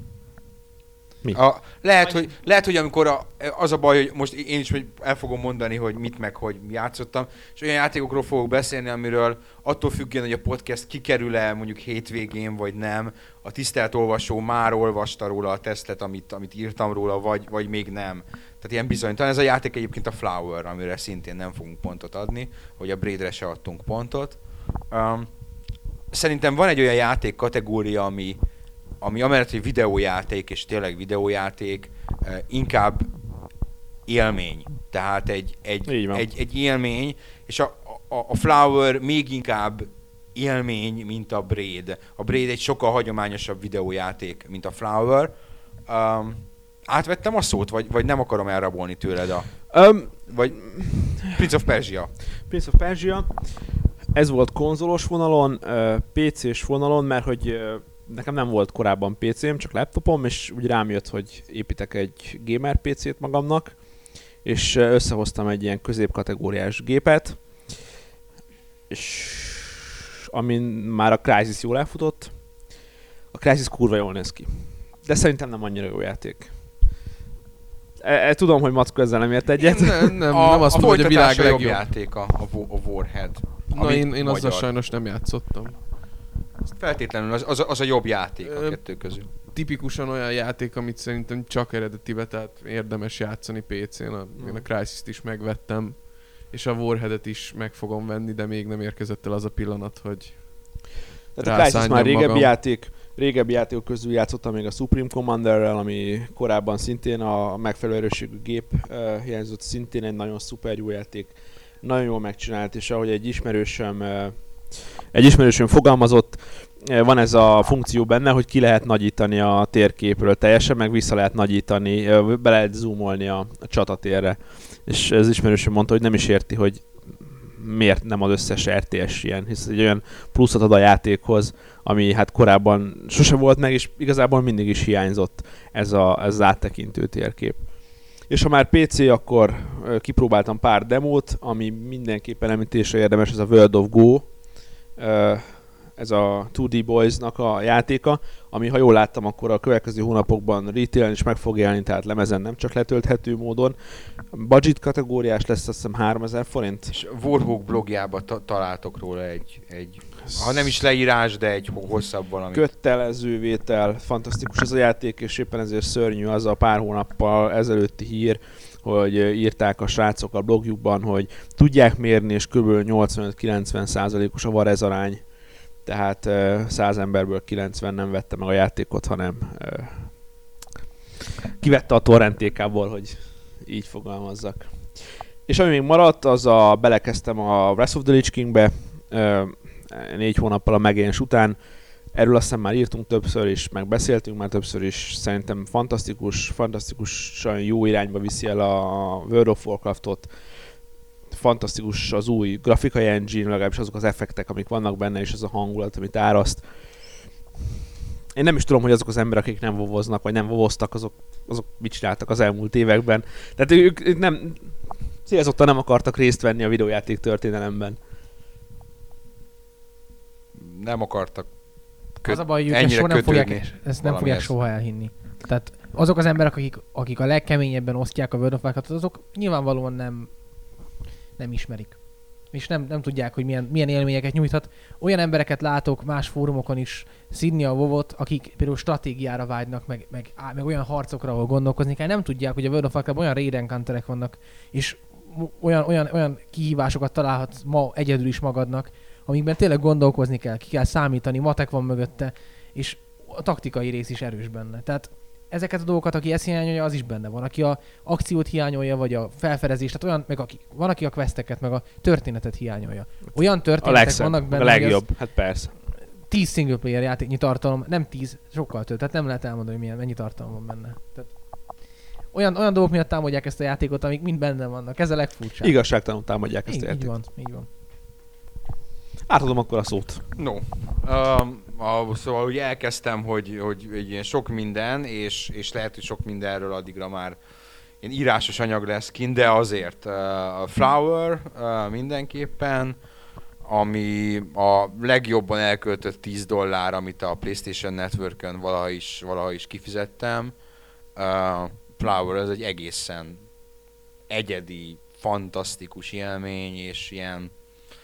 Mi? A, lehet, hogy, lehet, hogy amikor a, az a baj, hogy most én is hogy el fogom mondani, hogy mit meg hogy játszottam, és olyan játékokról fogok beszélni, amiről attól függően, hogy a podcast kikerül-e mondjuk hétvégén, vagy nem, a tisztelt olvasó már olvasta róla a tesztet, amit, amit írtam róla, vagy, vagy még nem. Tehát ilyen bizonytalan. Ez a játék egyébként a Flower, amire szintén nem fogunk pontot adni, hogy a Braidre se adtunk pontot. Um, szerintem van egy olyan játék kategória, ami, ami amellett, hogy videójáték, és tényleg videójáték, eh, inkább élmény. Tehát egy, egy, Így van. egy, egy élmény, és a, a, a Flower még inkább élmény, mint a Braid. A Braid egy sokkal hagyományosabb videójáték, mint a Flower. Um, átvettem a szót, vagy, vagy nem akarom elrabolni tőled a... Um, Vagy Prince of Persia. Prince of Persia, ez volt konzolos vonalon, ö, pé cés vonalon, mert hogy ö, nekem nem volt korábban pé cém, csak laptopom, és úgy rám jött, hogy építek egy gamer pé cét magamnak, és ö, összehoztam egy ilyen középkategóriás gépet, és amin már a Crysis jól elfutott. A Crysis kurva jól néz ki. De szerintem nem annyira jó játék. E, e, tudom, hogy Mackó ezzel nem ért egyet. Nem, nem, a, nem azt mondom, hogy a világ folytatása jobb legjobb. játék a, a, Wo- a Warhead. Na, Ami én, én azzal magyar. sajnos nem játszottam. Feltétlenül az, az, a- az a jobb játék a Ö, kettő közül. Tipikusan olyan játék, amit szerintem csak eredetibe, tehát érdemes játszani pé cén. A, én a Crysis-t is megvettem, és a Warhead-et is meg fogom venni, de még nem érkezett el az a pillanat, hogy Tehát a Crysis már rászánjam régebbi magam. játék, régebbi játékok közül játszottam még a Supreme Commanderrel, ami korábban szintén a megfelelő erősségű gép uh, hiányzott, szintén egy nagyon szuper jó játék, nagyon jól megcsinált, és ahogy egy ismerősöm, uh, egy ismerősöm fogalmazott, uh, van ez a funkció benne, hogy ki lehet nagyítani a térképről teljesen, meg vissza lehet nagyítani, uh, be lehet zoomolni a, a csatatérre, és ez ismerősöm mondta, hogy nem is érti, hogy miért nem az összes er té es ilyen, hisz egy olyan pluszot ad a játékhoz, ami hát korábban sose volt meg, és igazából mindig is hiányzott ez, a, ez az áttekintő térkép. És ha már pé cé, akkor ö, kipróbáltam pár demót, ami mindenképpen említésre érdemes, ez a World of Go, ö, ez a two dé Boys-nak a játéka, ami ha jól láttam, akkor a következő hónapokban retail-en is meg fog jelenni, tehát lemezen nem csak letölthető módon. Budget kategóriás lesz, azt hiszem háromezer forint. És Warhawk blogjában ta- találtok róla egy, egy, ha nem is leírás, de egy hosszabb valami. Kötelező vétel, fantasztikus ez a játék, és éppen ezért szörnyű az a pár hónappal ezelőtti hír, hogy írták a srácok a blogjukban, hogy tudják mérni, és kb. nyolcvanöt-kilencven százalékos a varez arány. Tehát száz emberből kilencven nem vette meg a játékot, hanem uh, kivette a torrentékából, hogy így fogalmazzak. És ami még maradt, az a belekezdtem a Wrath of the Lich Kingbe uh, négy hónappal a megjelenés után. Erről azt hiszem már írtunk többször is, meg beszéltünk már többször is. Szerintem fantasztikus, fantasztikusan jó irányba viszi el a World of Warcraftot. Fantasztikus az új grafikai engine, legalábbis azok az effektek, amik vannak benne, és az a hangulat, amit áraszt. Én nem is tudom, hogy azok az emberek, akik nem vovoznak, vagy nem vovoztak, azok, azok mit csináltak az elmúlt években. Tehát ők, ők nem, célzottan nem akartak részt venni a videójáték történelemben. Nem akartak Az a baj, hogy ők ezt, ennyire soha nem fogják, kötődni ezt nem fogják valamihez. soha elhinni. Tehát azok az emberek, akik, akik a legkeményebben osztják a World of Warcraftot, azok nyilvánvalóan nem, nem ismerik. És nem, nem tudják, hogy milyen, milyen élményeket nyújthat. Olyan embereket látok más fórumokon is szidni a WoW-ot, akik például stratégiára vágynak, meg, meg, á, meg olyan harcokra, ahol gondolkozni kell. Nem tudják, hogy a World of Warcraftban olyan raid encounterek vannak, és olyan, olyan, olyan kihívásokat találhatsz ma egyedül is magadnak, amikben tényleg gondolkozni kell, ki kell számítani, matek van mögötte, és a taktikai rész is erős benne. Tehát ezeket a dolgokat, aki ezt hiányolja, az is benne van. Aki a akciót hiányolja, vagy a felfedezést, tehát olyan, meg aki, van, aki a questeket, meg a történetet hiányolja. Olyan A történetek legszebb, vannak a benne, legjobb, hát persze. tíz single player játéknyi tartalom, nem tíz, sokkal több, tehát nem lehet elmondani, hogy milyen, mennyi tartalom van benne. Tehát olyan, olyan dolgok miatt támadják ezt a játékot, amik mind benne vannak. Ez a legfurcsább. Igazságtalanul támadják ezt így, a így játékot. van, így van. Átadom akkor a szót. No. Um, a, szóval ugye elkezdtem, hogy, hogy egy ilyen sok minden, és, és lehet, hogy sok mindenről addigra már ilyen írásos anyag lesz kint, de azért uh, a Flower uh, mindenképpen, ami a legjobban elköltött tíz dollár, amit a PlayStation Networkön valaha is, valaha is kifizettem. Uh, Flower az egy egészen egyedi, fantasztikus élmény, és ilyen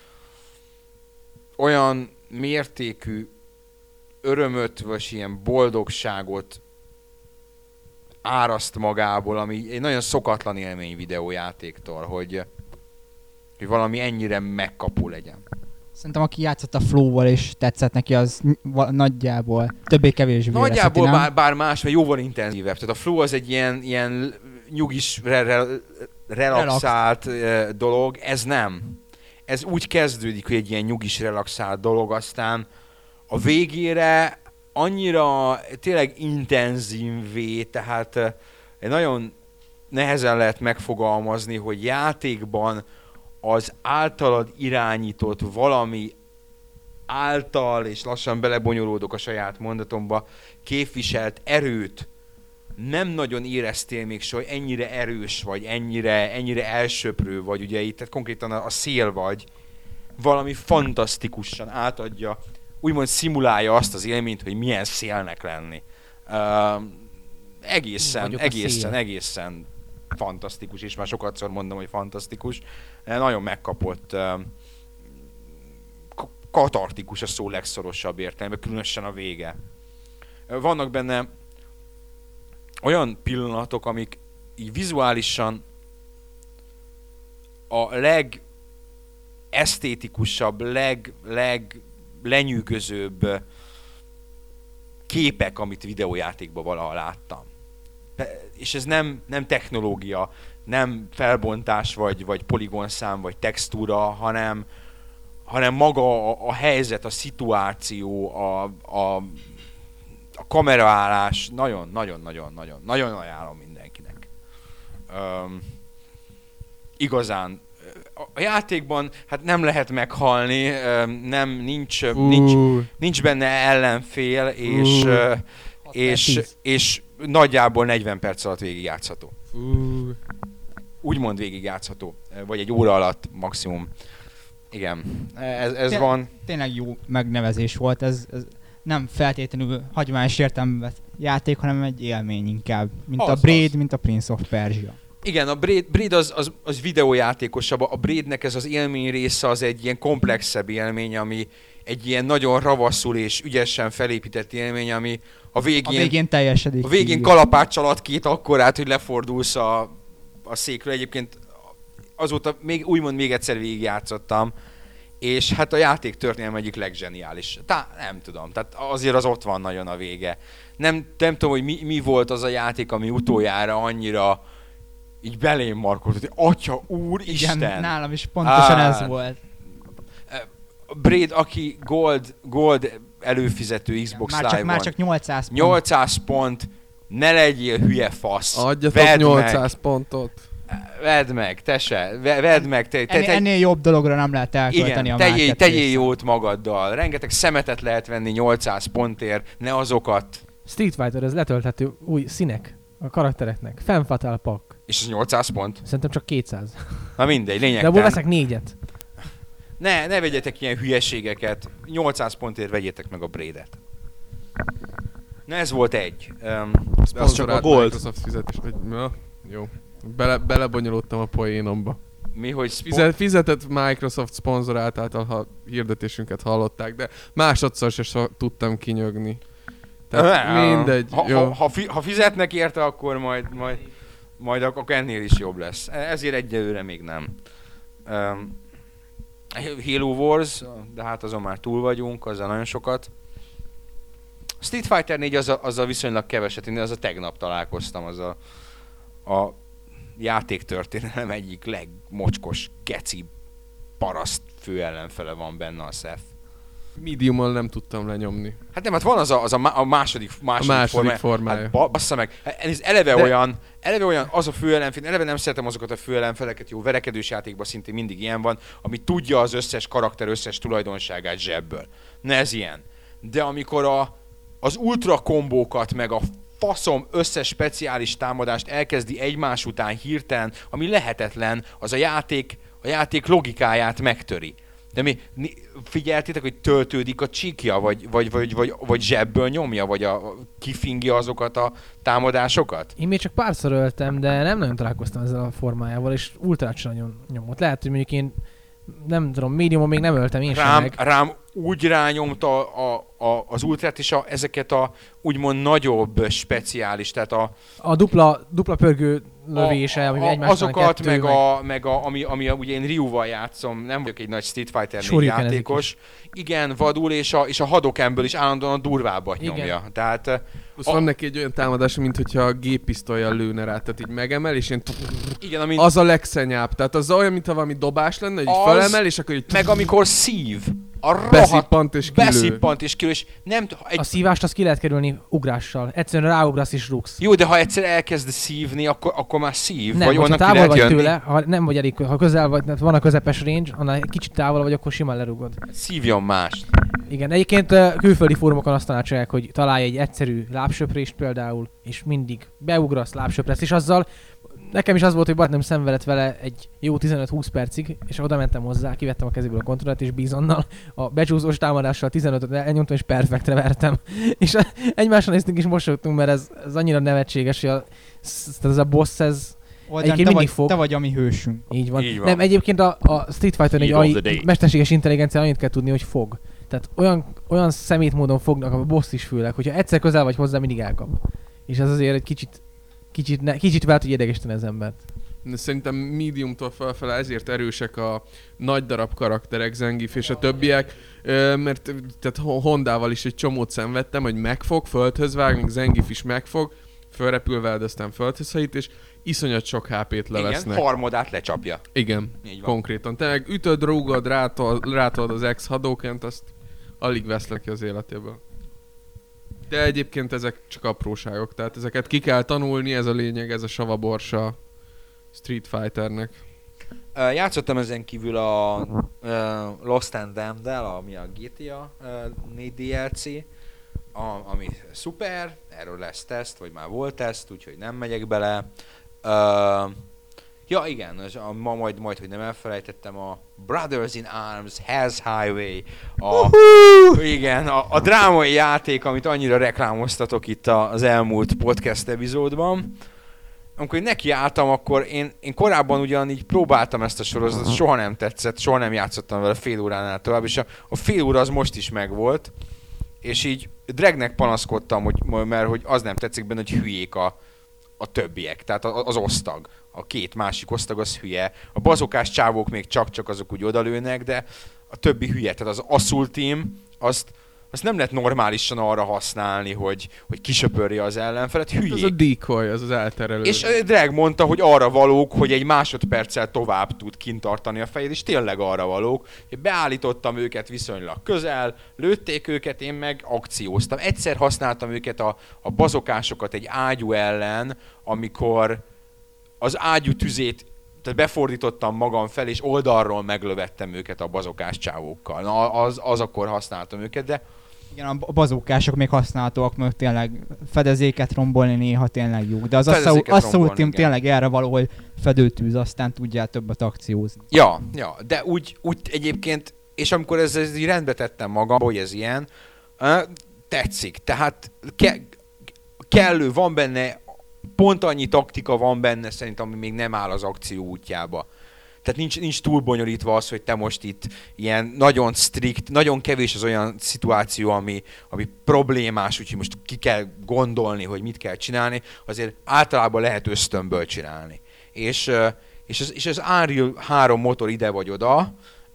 olyan mértékű örömöt, vagy ilyen boldogságot áraszt magából, ami egy nagyon szokatlan élmény videójátéktól, hogy, hogy valami ennyire megkapó legyen. Szerintem aki játszott a Flow-val és tetszett neki, az n- nagyjából többé-kevésbé Nagyjából érezheti, bár, bár más, mert jóval intenzívebb. Tehát a flow az egy ilyen, ilyen nyugis, re, re, relaxált Relax. dolog, ez nem. Ez úgy kezdődik, hogy egy ilyen nyugis, relaxált dolog, aztán a végére annyira tényleg intenzívvé, tehát egy nagyon nehezen lehet megfogalmazni, hogy játékban az általad irányított valami által, és lassan belebonyolódok a saját mondatomba, képviselt erőt nem nagyon éreztél még soha, hogy ennyire erős vagy, ennyire, ennyire elsöprő vagy, ugye itt, tehát konkrétan a, a szél vagy, valami fantasztikusan átadja, úgymond szimulálja azt az élményt, hogy milyen szélnek lenni. Uh, egészen, egészen, egészen fantasztikus, és már sokatszor mondom, hogy fantasztikus. Nagyon megkapott, uh, katartikus a szó legszorosabb értelme, különösen a vége. Vannak benne olyan pillanatok, amik így vizuálisan a legesztétikusabb, leg, leg lenyűgözőbb képek, amit videójátékban valaha láttam. És ez nem, nem technológia, nem felbontás, vagy, vagy poligonszám, vagy textúra, hanem, hanem maga a, a helyzet, a szituáció, a, a, a kameraállás, nagyon, nagyon, nagyon, nagyon, nagyon ajánlom mindenkinek. Um, igazán a játékban hát nem lehet meghalni, nem, nincs, uh. nincs, nincs benne ellenfél, és, uh. és, és nagyjából negyven perc alatt végigjátszható. Uh. Úgymond végigjátszható, vagy egy óra alatt maximum. Igen, ez, ez Té- van. Tényleg jó megnevezés volt, ez, ez nem feltétlenül hagyományos értelemben játék, hanem egy élmény inkább, mint az, a Braid, az. mint a Prince of Persia. Igen, a Braid, Braid az, az, az videójátékosabb, a Braidnek ez az élmény része az egy ilyen komplexebb élmény, ami egy ilyen nagyon ravaszul és ügyesen felépített élmény, ami a végén, a végén teljesedik. A végén kalapáccsal ad két akkorát, hogy lefordulsz a, a székről. Egyébként azóta még, úgymond még egyszer végigjátszottam, és hát a játék történelem egyik legzseniális. Tá, nem tudom, tehát azért az ott van nagyon a vége. Nem, nem tudom, hogy mi, mi volt az a játék, ami utoljára annyira így belém markolt, hogy Atya, Úristen! Igen, nálam is pontosan Á, ez volt. Braid, aki Gold, Gold előfizető Xbox már Live-on. csak, már csak nyolcszáz pont. nyolcszáz pont, ne legyél hülye fasz. Adjatok Vedd nyolcszáz meg. pontot. Vedd meg, te se. Vedd meg. Te, te, ennél, te, ennél jobb dologra nem lehet elkölteni igen, a tegyél, marketplace-en. tegyél jót magaddal. Rengeteg szemetet lehet venni nyolcszáz pontért, ne azokat. Street Fighter, ez letölthető új színek a karaktereknek. Femme Fatale Pack. És ez nyolcszáz pont? Szerintem csak kétszáz. Na mindegy, De lényegtelen. abból veszek négyet. Ne, ne vegyetek ilyen hülyeségeket. nyolcszáz pontért vegyétek meg a Braidet. Na ez volt egy. Um, az csak a Gold. Microsoft fizetés, vagy, ja, jó. Bele, belebonyolódtam a poénomba. Mi, hogy spon- Fizet, fizetett Microsoft szponzorált által, ha hirdetésünket hallották, de másodszor se so, tudtam kinyögni. Tehát mindegy. Ha, jó. ha, ha, fi, ha fizetnek érte, akkor majd, majd, majd akkor ennél is jobb lesz. Ezért egyelőre még nem. Um, Halo Wars, de hát azon már túl vagyunk, azzal nagyon sokat. Street Fighter négy azzal, azzal viszonylag keveset, én az a tegnap találkoztam, az a, a játéktörténelem egyik legmocskos, geci, paraszt főellenfele van benne a Seth. Mediumon nem tudtam lenyomni. Hát nem, hát van az a, az a, má- a második, második, A második formája. formája. Hát ba- bassza meg, ez eleve De- olyan, eleve olyan, az a főellenfél, eleve nem szeretem azokat a főellenfeleket, jó, verekedős játékban szintén mindig ilyen van, ami tudja az összes karakter összes tulajdonságát zsebből. Ne ez ilyen. De amikor a, az ultra kombókat, meg a faszom összes speciális támadást elkezdi egymás után hirtelen, ami lehetetlen, az a játék, a játék logikáját megtöri. De mi, figyeltétek, hogy töltődik a csíkja, vagy, vagy, vagy, vagy, vagy zsebből nyomja, vagy a, kifingja azokat a támadásokat? Én még csak párszor öltem, de nem nagyon találkoztam ezzel a formájával, és ultrát sem nagyon nyomott. Lehet, hogy mondjuk én nem tudom, médiumon még nem öltem én sem Rám, meg. rám úgy rányomta a, a, az ultrát és a, ezeket a úgymond nagyobb speciális, tehát a, A dupla, dupla pörgő lövése, ami egymásnál azokat, kettő, meg, a, meg a, ami, ami ugye én Ryuval játszom, nem vagyok egy nagy Street Fighter négy Shurikenezik játékos. Igen, vadul, és a, és a Hadokemből is állandóan a durvábbat Igen. nyomja. Tehát Plusz A- van neki egy olyan támadása, mint hogyha a géppisztollyal lőne rá, tehát így megemel, és ilyen igen, ami, az a legszennyább. Tehát az olyan, mintha valami dobás lenne, hogy így Az- felemel, és akkor így meg amikor szív, a rohadt beszippant és kilő. beszippant és kilő, és nem, t- egy, A szívást azt ki lehet kerülni ugrással. Egyszerűen ráugrasz és rúgsz. jó, de ha egyszer elkezd szívni, akkor, akkor már szív, Nem, vagy hogyha onnan ki távol lehet vagy jönni. tőle, ha nem vagy elég, ha közel vagy, van a közepes range, annál egy kicsit távol vagy, akkor simán lerugod. Szívjon mást. Igen, egyébként ö, külföldi fórumokon azt tanácsolják, hogy találj egy egyszerű lábsöprést például, és mindig beugrasz lábsöpresz, és azzal nekem is az volt, hogy barátom szenvedett vele egy jó tizenöt-húsz percig, és oda mentem hozzá, kivettem a kezéből a kontrollert, és bízonnal a becsúszós támadással tizenötöt elnyomtam, és perfektre vertem. És a- egymásra néztünk és mosolyogtunk, mert ez, ez annyira nevetséges, hogy a, ez, ez a boss, ez Oldján, Egyébként te, mindig vagy, fog. te vagy a mi hősünk. így van. Így van. Nem, egyébként a, a Street Fighter egy Hero of the AI day. mesterséges intelligencia annyit kell tudni, hogy fog. Tehát olyan, olyan szemét módon fognak a boss is főleg, hogyha egyszer közel vagy hozzá, mindig elkap. És ez azért egy kicsit, kicsit, ne, kicsit fel tudja idegesíteni az embert. De szerintem mediumtól felfele ezért erősek a nagy darab karakterek, Zangief és a többiek, ö, mert tehát Ho- Hondával is egy csomót szenvedtem, hogy megfog, földhöz vág, még Zangief is megfog, fölrepül veled, aztán földhöz hajít, és iszonyat sok há pét levesznek. Igen, harmadát lecsapja. Igen, Így van. konkrétan. Te meg ütöd, rúgod, rátol, rátolod az ex-hadókent, azt alig vesznek ki az életéből. De egyébként ezek csak apróságok, tehát ezeket ki kell tanulni, ez a lényeg, ez a savaborsa Street Fighternek. Uh, játszottam ezen kívül a uh, Lost and Damned-del, ami a gé té á uh, négy dé el cé, a, ami szuper, erről lesz teszt, vagy már volt teszt, úgyhogy nem megyek bele. Uh, ja igen, és a, ma majd, majd, hogy nem elfelejtettem, a Brothers in Arms, Hell's Highway, a, igen, a, a drámai játék, amit annyira reklámoztatok itt a- az elmúlt podcast epizódban. Amikor én nekiálltam, akkor én, én korábban ugyan így próbáltam ezt a sorozatot, soha nem tetszett, soha nem játszottam vele fél óránál tovább, és a, a fél óra az most is megvolt, és így Dregnek panaszkodtam, hogy, mert hogy az nem tetszik benne, hogy hülyék a, a többiek, tehát a- az osztag. A két másik osztag az hülye. A bazokás csávók még csak-csak azok úgy odalőnek, de a többi hülye. Tehát az Assault Team, azt, azt nem lehet normálisan arra használni, hogy, hogy kisöpörje az ellenfelet, hülyék. Ez a decoy, az az elterelő. És ö, Drag mondta, hogy arra valók, hogy egy másodperccel tovább tud kint tartani a fejét, és tényleg arra valók. Beállítottam őket viszonylag közel, lőtték őket, én meg akcióztam. Egyszer használtam őket a, a bazokásokat egy ágyú ellen, amikor az ágyú tüzét, tehát befordítottam magam fel, és oldalról meglövettem őket a bazokás csávókkal. Na, az, az akkor használtam őket, de Igen, a bazókások még használhatóak, mert tényleg fedezéket rombolni néha tényleg jó. De az Fedezéket Assault rombolni, Team igen. tényleg erre való, hogy fedőtűz, aztán tudjál többet akciózni. Ja, ja, de úgy, úgy egyébként, és amikor ez, ez így rendbe tettem magam, hogy ez ilyen, ö, tetszik. Tehát ke, kellő, van benne, pont annyi taktika van benne szerintem, ami még nem áll az akció útjába. Tehát nincs, nincs túl bonyolítva az, hogy te most itt ilyen nagyon strikt, nagyon kevés az olyan szituáció, ami, ami problémás, úgyhogy most ki kell gondolni, hogy mit kell csinálni, azért általában lehet ösztönből csinálni. És, ö, és az, és az Unreal három motor ide vagy oda,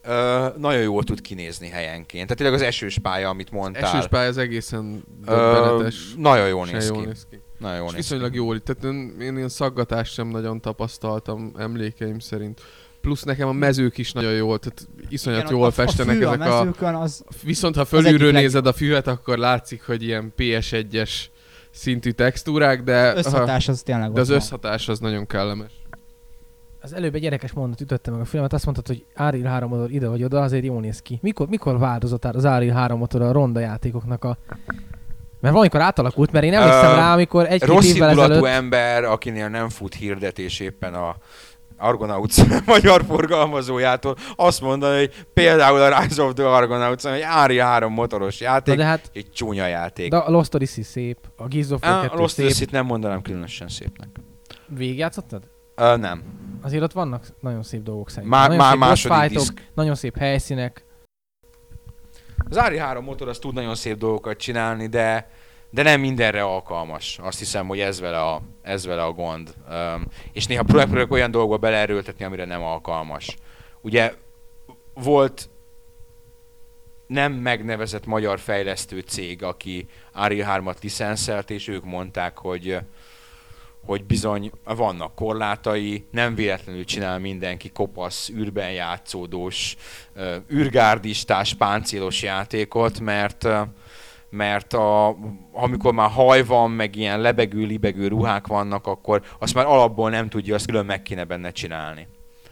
Ö, nagyon jól tud kinézni helyenként. Tehát tényleg az esős pálya, amit mondtál. Esős pálya az egészen döbbenetes. Ö, nagyon jól néz jól ki. néz ki. Nagyon jól És néz ki. viszonylag jól. Tehát én, én ilyen szaggatást sem nagyon tapasztaltam emlékeim szerint. Plusz nekem a mezők is nagyon jól, tehát iszonyat Igen, jól a, festenek a fű ezek a a... mezőkön az, Viszont ha az fölülről egyik leg- nézed a füvet, akkor látszik, hogy ilyen pé es egyes szintű textúrák, de, összhatás az tényleg de az ott van. összhatás az nagyon kellemes. Az előbb egy gyerekes mondat ütötte meg a filmet, azt mondtad, hogy Unreal három motor ide vagy oda, azért jól néz ki. Mikor, mikor változott át az Unreal három motor a ronda játékoknak a... Mert valamikor átalakult, mert én emlékszem Ö, rá, amikor egy-két Rossz évvel indulatú ezelőtt... ember, akinél nem fut hirdetés éppen a Argonauts magyar forgalmazójától, azt mondani, hogy például a Rise of the Argonauts, egy Unreal három motoros Na játék, de hát, egy csúnya játék. de a Lost Odyssey szép, a Gears of War Á, a kettő Lost szép. Odyssey-t nem mondanám különösen szépnek. Végigjátszottad? Ö, nem. Azért ott vannak nagyon szép dolgok szerintem. Má, nagyon má, szép boss második fightok, diszk. nagyon szép helyszínek. Az Unreal három motor az tud nagyon szép dolgokat csinálni, de, de nem mindenre alkalmas. Azt hiszem, hogy ez vele a, ez vele a gond. Um, és néha próbálok olyan dolgokba beleerőltetni, amire nem alkalmas. Ugye volt nem megnevezett magyar fejlesztő cég, aki Unreal hármat licenszelt, és ők mondták, hogy hogy bizony vannak korlátai, nem véletlenül csinál mindenki kopasz, űrben játszódós, űrgárdistás, páncélos játékot, mert, mert a, amikor már haj van, meg ilyen lebegő, libegő ruhák vannak, akkor azt már alapból nem tudja, azt külön meg kéne benne csinálni.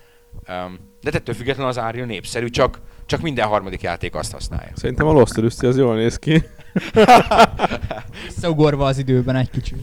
De ettől függetlenül az Unreal népszerű, csak, csak minden harmadik játék azt használja. Szerintem a Lost Odyssey az jól néz ki. Visszaugorva az időben egy kicsit.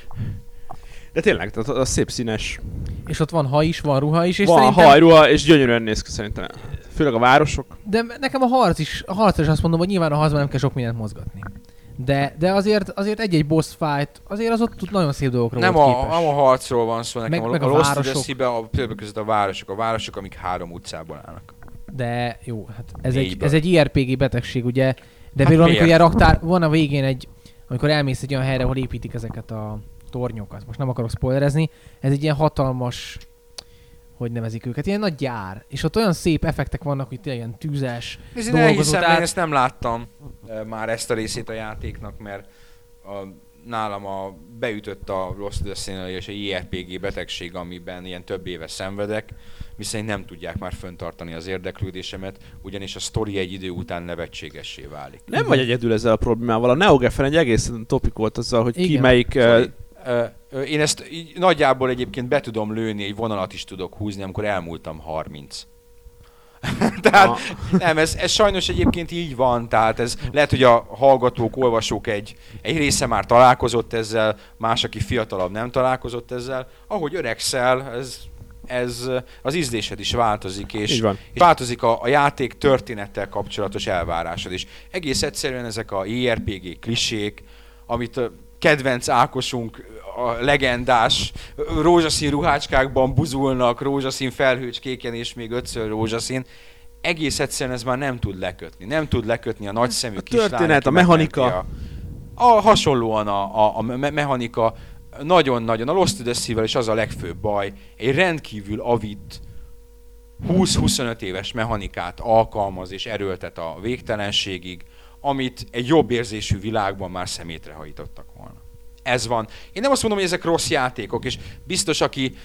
De tényleg, tehát az szép színes. És ott van haj is, van ruha is, és Van szerintem... hajruha, és gyönyörűen néz ki szerintem. Főleg a városok. De nekem a harc is, a harcra is azt mondom, hogy nyilván a harcban nem kell sok mindent mozgatni. De, de azért, azért egy-egy boss fight, azért az ott tud nagyon szép dolgokra Nem volt a, képes. nem a harcról van szó, nekem Meg- a, meg a a Lost városok. Odyssey-ben a többek között a városok, a városok, amik három utcából állnak. De jó, hát ez egy, Négyből. ez egy i er pé gé betegség, ugye. De Hát például amikor miért? ilyen raktár, van a végén egy, amikor elmész egy olyan helyre, ahol építik ezeket a tornyokat, most nem akarok spoilerezni, ez egy ilyen hatalmas, hogy nevezik őket, ilyen nagy gyár. És ott olyan szép effektek vannak, hogy tényleg ilyen tűzes Ez én dolgozó. elhiszem, Tehát- én ezt nem láttam e, már ezt a részét a játéknak, mert a, nálam a, beütött a Lost Odyssey-nél és egy i er pé gé betegség, amiben ilyen több éve szenvedek, viszont nem tudják már föntartani az érdeklődésemet, ugyanis a sztori egy idő után nevetségessé válik. Nem vagy egyedül ezzel a problémával. A NeoGeffen egy egész topik volt azzal, hogy ki Igen. melyik... Szóval, Uh, ö, ö, én ezt így nagyjából egyébként be tudom lőni, egy vonalat is tudok húzni, amikor elmúltam harminc. Tehát Ah. nem, ez, ez sajnos egyébként így van, tehát ez lehet, hogy a hallgatók, olvasók egy, egy része már találkozott ezzel, más, aki fiatalabb nem találkozott ezzel. Ahogy öregszel, ez, ez az ízlésed is változik, és, Így van. és változik a, a játék történettel kapcsolatos elvárásod is. Egész egyszerűen ezek a i er pé gé klisék, amit a kedvenc Ákosunk a legendás rózsaszín ruhácskákban buzulnak, rózsaszín felhőcskéken és még ötször rózsaszín. Egész egyszerűen ez már nem tud lekötni. Nem tud lekötni a nagyszemű A kislány. történet, aki a mechanika. megmenti A, a hasonlóan a, a, a me- mechanika nagyon-nagyon. A Lost Odyssey-vel is az a legfőbb baj. Egy rendkívül avid húsz-huszonöt éves mechanikát alkalmaz és erőltet a végtelenségig, amit egy jobb érzésű világban már szemétre hajítottak volna. Ez van. Én nem azt mondom, hogy ezek rossz játékok, és biztos, aki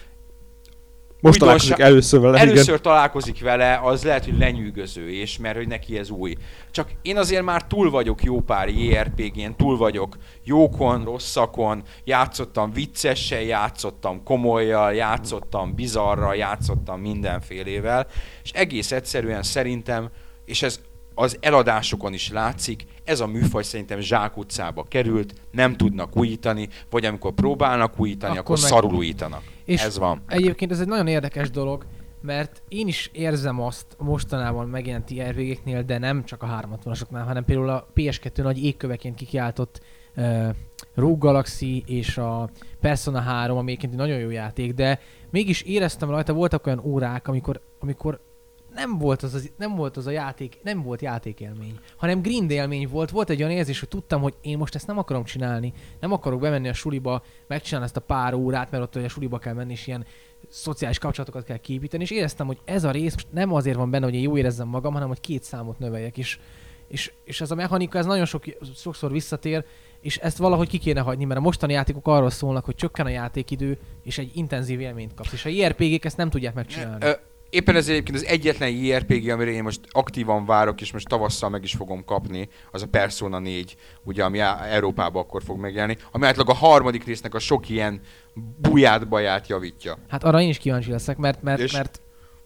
Most újdonság- találkozik először vele, először igen. találkozik vele, az lehet, hogy lenyűgöző, és mert hogy neki ez új. Csak én azért már túl vagyok jó pár i er pé gén, túl vagyok jókon, rosszakon, játszottam viccessel, játszottam komolyjal, játszottam bizarral, játszottam mindenfélével, és egész egyszerűen szerintem, és ez az eladásokon is látszik, ez a műfaj szerintem zsákutcába került, nem tudnak újítani, vagy amikor próbálnak újítani, akkor, Akkor akkor meg- szarul újítanak. És Ez van. egyébként ez egy nagyon érdekes dolog, mert én is érzem azt mostanában megjelent i er pé géknél, de nem csak a háromszázhatvanasoknál, hanem például a pé es kettő nagy égköveként kikiáltott uh, Rogue Galaxy és a Persona három, ami egyébként egy nagyon jó játék, de mégis éreztem rajta, voltak olyan órák, amikor, amikor nem volt az, az, nem volt az a játék, nem volt játékélmény, hanem grind élmény volt. Volt egy olyan érzés, hogy tudtam, hogy én most ezt nem akarom csinálni, nem akarok bemenni a suliba, megcsinálni ezt a pár órát, mert ott hogy a suliba kell menni, és ilyen szociális kapcsolatokat kell kiépíteni, és éreztem, hogy ez a rész nem azért van benne, hogy én jó érezzem magam, hanem hogy két számot növeljek, és, és, és ez a mechanika, ez nagyon sok, sokszor visszatér, és ezt valahogy ki kéne hagyni, mert a mostani játékok arról szólnak, hogy csökken a játékidő, és egy intenzív élményt kapsz, és a i er pé gék ezt nem tudják megcsinálni. Ö, éppen ezért egyébként az egyetlen i er pé gé, amire én most aktívan várok, és most tavasszal meg is fogom kapni, az a Persona négy, ugye, ami Európában akkor fog megjelenni, ami átlag a harmadik résznek a sok ilyen buját baját javítja. Hát arra én is kíváncsi leszek, mert, mert, És mert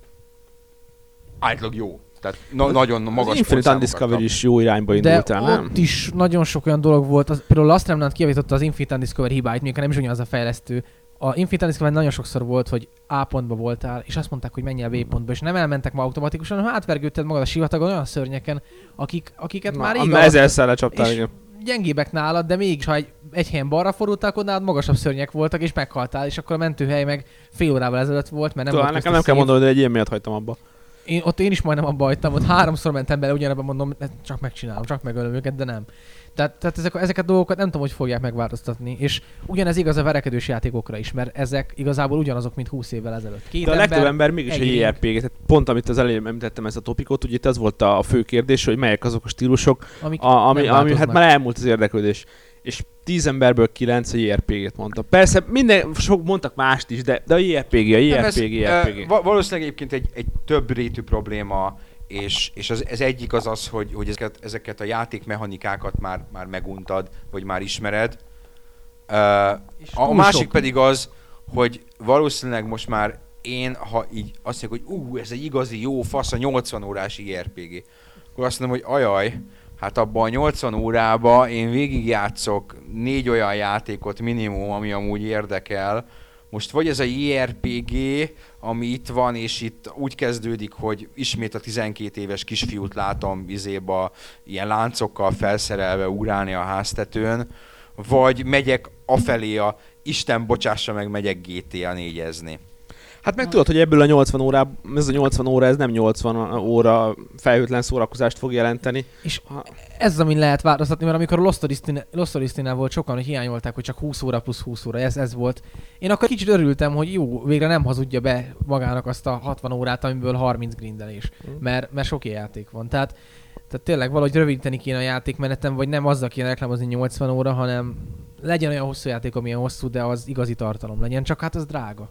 átlag jó. Tehát na- nagyon magas Az Infinite pontszámokat Undiscovery kap. is jó irányba de indult el, nem? ott is nagyon sok olyan dolog volt, az, például Last Remnant kijavította az Infinite Undiscovery hibáit, mondjuk nem is ugyanaz a fejlesztő. A Infinite Undiscovery nagyon sokszor volt, hogy A pontba voltál, és azt mondták, hogy menj el B pontba, és nem elmentek ma automatikusan, hanem átvergődted magad a sivatagon olyan szörnyeken, akik, akiket Na, már am- rég ezerszer lecsaptál, és igen. gyengébbek nálad, de mégis, ha egy, egy helyen balra fordultál, akkor nálad magasabb szörnyek voltak, és meghaltál, és akkor a mentőhely meg fél órával ezelőtt volt, mert nem Talán volt nekem köztük nem kell szép. mondanod, hogy egy ilyen miatt hagytam abba. Én, ott én is majdnem abba hagytam, ott háromszor mentem bele, ugyanebben mondom, csak megcsinálom, csak megölöm őket, de nem. Tehát, tehát ezek, ezeket a dolgokat nem tudom, hogy fogják megváltoztatni, és ugyanez igaz a verekedős játékokra is, mert ezek igazából ugyanazok, mint húsz évvel ezelőtt. Két De a legtöbb ember mégis egy egy ring. i er pé gé, tehát pont amit az elején említettem ezt a topikot, ugye itt az volt a fő kérdés, hogy melyek azok a stílusok, amik a, ami, nem ami hát változnak. már elmúlt az érdeklődés. És tíz emberből kilenc a i er pé gét mondta. Persze minden, sok mondtak mást is, de, de a i er pé gé, a i Nem, er ez, pé gé, i er pé gé. ö, va- valószínűleg egyébként egy, egy több rétű probléma, és, és az, ez egyik az az, hogy, hogy ezeket, ezeket a játékmechanikákat már, már meguntad, vagy már ismered. Uh, És a túl másik sok. pedig az, hogy valószínűleg most már én, ha így azt mondjuk, hogy ú, ez egy igazi jó fasz, a nyolcvan órás i er pé gé, akkor azt mondom, hogy ajaj, hát abban a nyolcvan órában én végigjátszok négy olyan játékot minimum, ami amúgy érdekel. Most vagy ez a i er pé gé, ami itt van, és itt úgy kezdődik, hogy ismét a tizenkét éves kisfiút látom izéba ilyen láncokkal felszerelve ugrálni a háztetőn, vagy megyek afelé a Isten bocsássa meg, megyek gé té á négyezni. Hát meg tudod, hogy ebből a nyolcvan órá, ez a nyolcvan óra, ez nem nyolcvan óra felhőtlen szórakozást fog jelenteni. És Ha- ez az, amin lehet változtatni, mert amikor a Lost Odyssey- Lost Odyssey-nál volt sokan, hogy hiányolták, hogy csak húsz óra plusz húsz óra, ez, ez volt. Én akkor kicsit örültem, hogy jó, végre nem hazudja be magának azt a hatvan órát, amiből harminc grindelés, mert, mert sok ilyen játék van. Tehát, tehát tényleg valahogy rövidíteni kéne a játékmenetem, vagy nem azzal kéne reklámozni nyolcvan óra, hanem legyen olyan hosszú játék, amilyen hosszú, de az igazi tartalom legyen, csak hát az drága.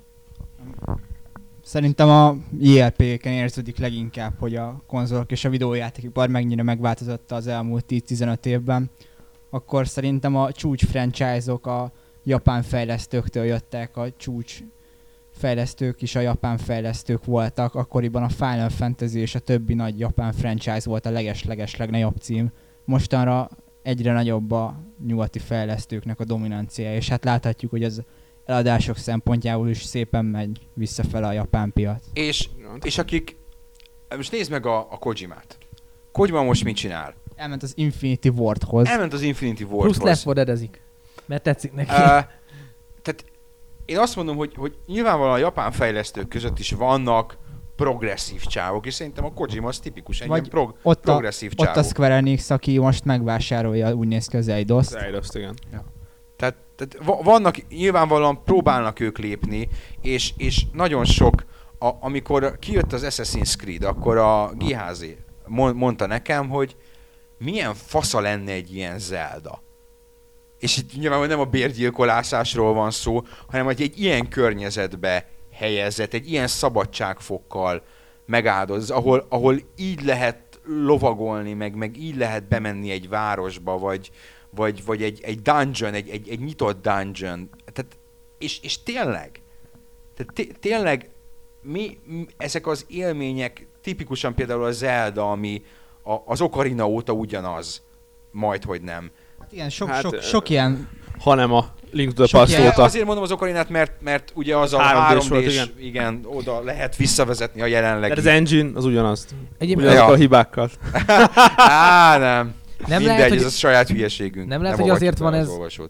Szerintem a i er pé géken érződik leginkább, hogy a konzolok és a videójátékipar mennyire megváltozott az elmúlt tíz-tizenöt évben. Akkor szerintem a csúcs franchise-ok a japán fejlesztőktől jöttek, a csúcs fejlesztők is a japán fejlesztők voltak. Akkoriban a Final Fantasy és a többi nagy japán franchise volt a leges-leges legnagyobb cím. Mostanra egyre nagyobb a nyugati fejlesztőknek a dominanciája, és hát láthatjuk, hogy az eladások szempontjából is szépen megy visszafele a japán piac. És, és akik... Most nézd meg a, a Kojimát. Kojima most mit csinál? Elment az Infinity Wardhoz. Elment az Infinity Plusz Wardhoz. Left four Dead-ezik, mert tetszik neki. Uh, tehát én azt mondom, hogy, hogy nyilvánvalóan a japán fejlesztők között is vannak progresszív csávok, és szerintem a Kojima az tipikus egy Vagy ilyen prog- ott, a, progresszív ott csávó. a Square Enix, aki most megvásárolja, úgy néz ki az Eidos-t. Az Eidos-t, igen. Tehát, tehát va- vannak, nyilvánvalóan próbálnak ők lépni, és, és nagyon sok, a, amikor kijött az Assassin's Creed, akkor a gé há zé mond, mondta nekem, hogy milyen fasza lenne egy ilyen Zelda. És itt nyilván nem a bérgyilkolásásról van szó, hanem hogy egy ilyen környezetbe helyezett, egy ilyen szabadságfokkal megáldoz, ahol, ahol így lehet lovagolni, meg, meg így lehet bemenni egy városba, vagy, vagy, vagy egy, egy dungeon, egy, egy, egy nyitott dungeon. Tehát, és, és tényleg, tehát té- tényleg mi, mi, ezek az élmények, tipikusan például a Zelda, ami a, az Ocarina óta ugyanaz, majdhogy nem. Hát igen, sok, Hát, sok, ö- sok ilyen, Hanem a Link to the Sok Past ilyen- óta. Azért mondom az Ocarinát, mert, mert ugye az a három dés három dés, volt, igen. igen, oda lehet visszavezetni a jelenlegi. Tehát az engine az ugyanaz. Egyébként Ugyanazok Ja. a hibákkal. Á, nem. Nem Mindegy, lehet, ez hogy- a saját hülyeségünk. nem lehet, hogy azért van ez- Olvasót.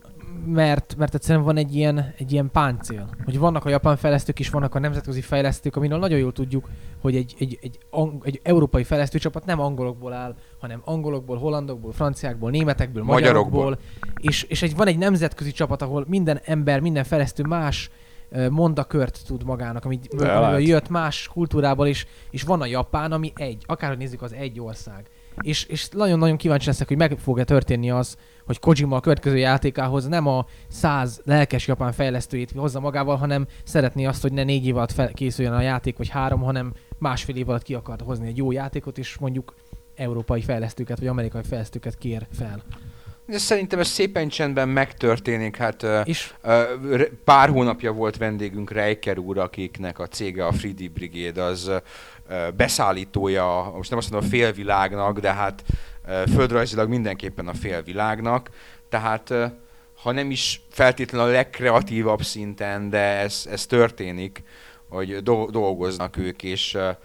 mert, mert egyszerűen van egy ilyen, egy ilyen páncél, hogy vannak a japán fejlesztők is, vannak a nemzetközi fejlesztők, aminől nagyon jól tudjuk, hogy egy, egy, egy, ang- egy európai fejlesztőcsapat nem angolokból áll, hanem angolokból, hollandokból, franciákból, németekből, magyarokból, Magyarokból. és, és egy, van egy nemzetközi csapat, ahol minden ember, minden fejlesztő más ö, mondakört tud magának, amit lehet. jött más kultúrából is, és van a Japán, ami egy, akárhogy nézzük, az egy ország. És, és nagyon-nagyon kíváncsi leszek, hogy meg fog-e történni az, hogy Kojima a következő játékához nem a száz lelkes japán fejlesztőjét hozza magával, hanem szeretné azt, hogy ne négy év alatt fel- készüljön a játék, vagy három, hanem másfél év alatt ki akart hozni egy jó játékot, és mondjuk európai fejlesztőket, vagy amerikai fejlesztőket kér fel. De szerintem ez szépen csendben megtörténik. Hát ö, És ö, re- pár hónapja volt vendégünk Reiker úr, akiknek a cége a Free D Brigade, az ö, beszállítója, most nem azt mondom a félvilágnak, de hát ö, földrajzilag mindenképpen a félvilágnak. Tehát ö, ha nem is feltétlenül a legkreatívabb szinten, de ez, ez történik, hogy do- dolgoznak ők, és ö,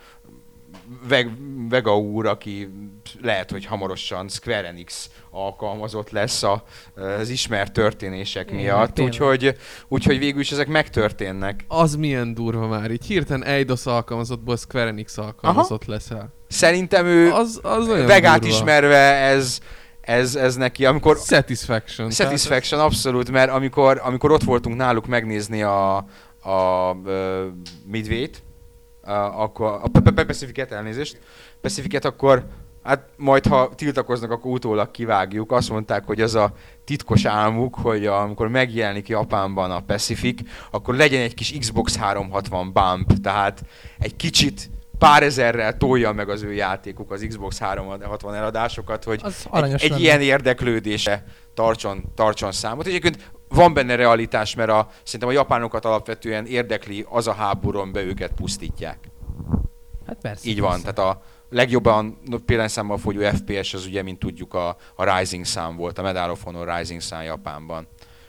Veg, Vega úr, aki lehet, hogy hamarosan Square Enix alkalmazott lesz a, az ismert történések Igen, miatt, tényleg. úgyhogy, úgyhogy végül is ezek megtörténnek. Az milyen durva már, így hirtelen Eidos alkalmazottból Square Enix alkalmazott leszel. Szerintem ő Az, az olyan Vegát durva. ismerve ez, ez, ez neki, amikor... Satisfaction. Satisfaction, abszolút, mert amikor, amikor ott voltunk náluk megnézni a, a, a Midway-t, a, akkor a Pe- Pe- Pacificet, elnézést, Pacificet, akkor hát majd ha tiltakoznak, akkor utólag kivágjuk. Azt mondták, hogy az a titkos álmuk, hogy a, amikor megjelenik Japánban a Pacific, akkor legyen egy kis Xbox háromszázhatvan bump, tehát egy kicsit pár ezerrel tolja meg az ő játékuk az Xbox háromszázhatvan eladásokat, hogy az egy, aranyos egy lenne. ilyen érdeklődése tartson, tartson számot. És egyébként van benne realitás, mert a, szerintem a japánokat alapvetően érdekli az a háború, amiben őket pusztítják. Hát persze. Így van, persze. tehát a legjobban példányszámmal fogyó ef pé es az ugye, mint tudjuk, a, a Rising Sun volt, a Medal of Honor Rising Sun Japánban,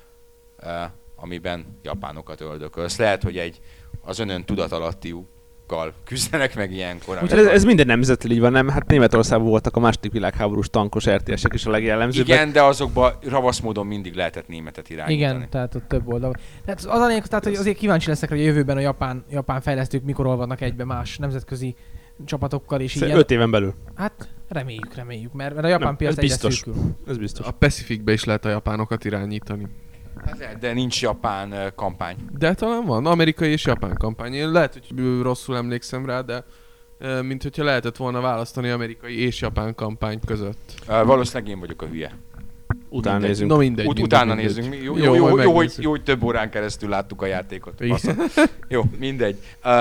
eh, amiben japánokat öldökölsz. Lehet, hogy egy az önön tudatalattiukkal küzdenek meg ilyenkor. Ez, ez minden nemzettel így van, nem? Hát Németországban voltak a második világháborús tankos er té esek is a legjellemzőbbek. Igen, de azokban ravasz módon mindig lehetett németet irányítani. Igen, tehát ott több oldal. Tehát az a lényeg, tehát, hogy azért kíváncsi leszek, hogy a jövőben a japán, japán fejlesztők mikor olvadnak egybe más nemzetközi csapatokkal, és Szerintem ilyen. öt éven belül. Hát reméljük, reméljük, mert, mert a japán Nem, piac ez egyre biztos. szűkül. Ez biztos. A Pacificbe is lehet a japánokat irányítani. Hát, de nincs japán eh, kampány. De talán van, amerikai és japán kampány. Én lehet, hogy ö, rosszul emlékszem rá, de ö, mint hogyha lehetett volna választani amerikai és japán kampány között. Uh, valószínűleg én vagyok a hülye. Utána mindegy. nézünk. No mindegy. Ut- mindegy, utána mindegy. nézzünk. Jó, Jó, jó, jó, majd jó, jó, hogy, megnézzük. jó, hogy több órán keresztül láttuk a játékot. Igen. Fasza. Jó, mindegy. Uh,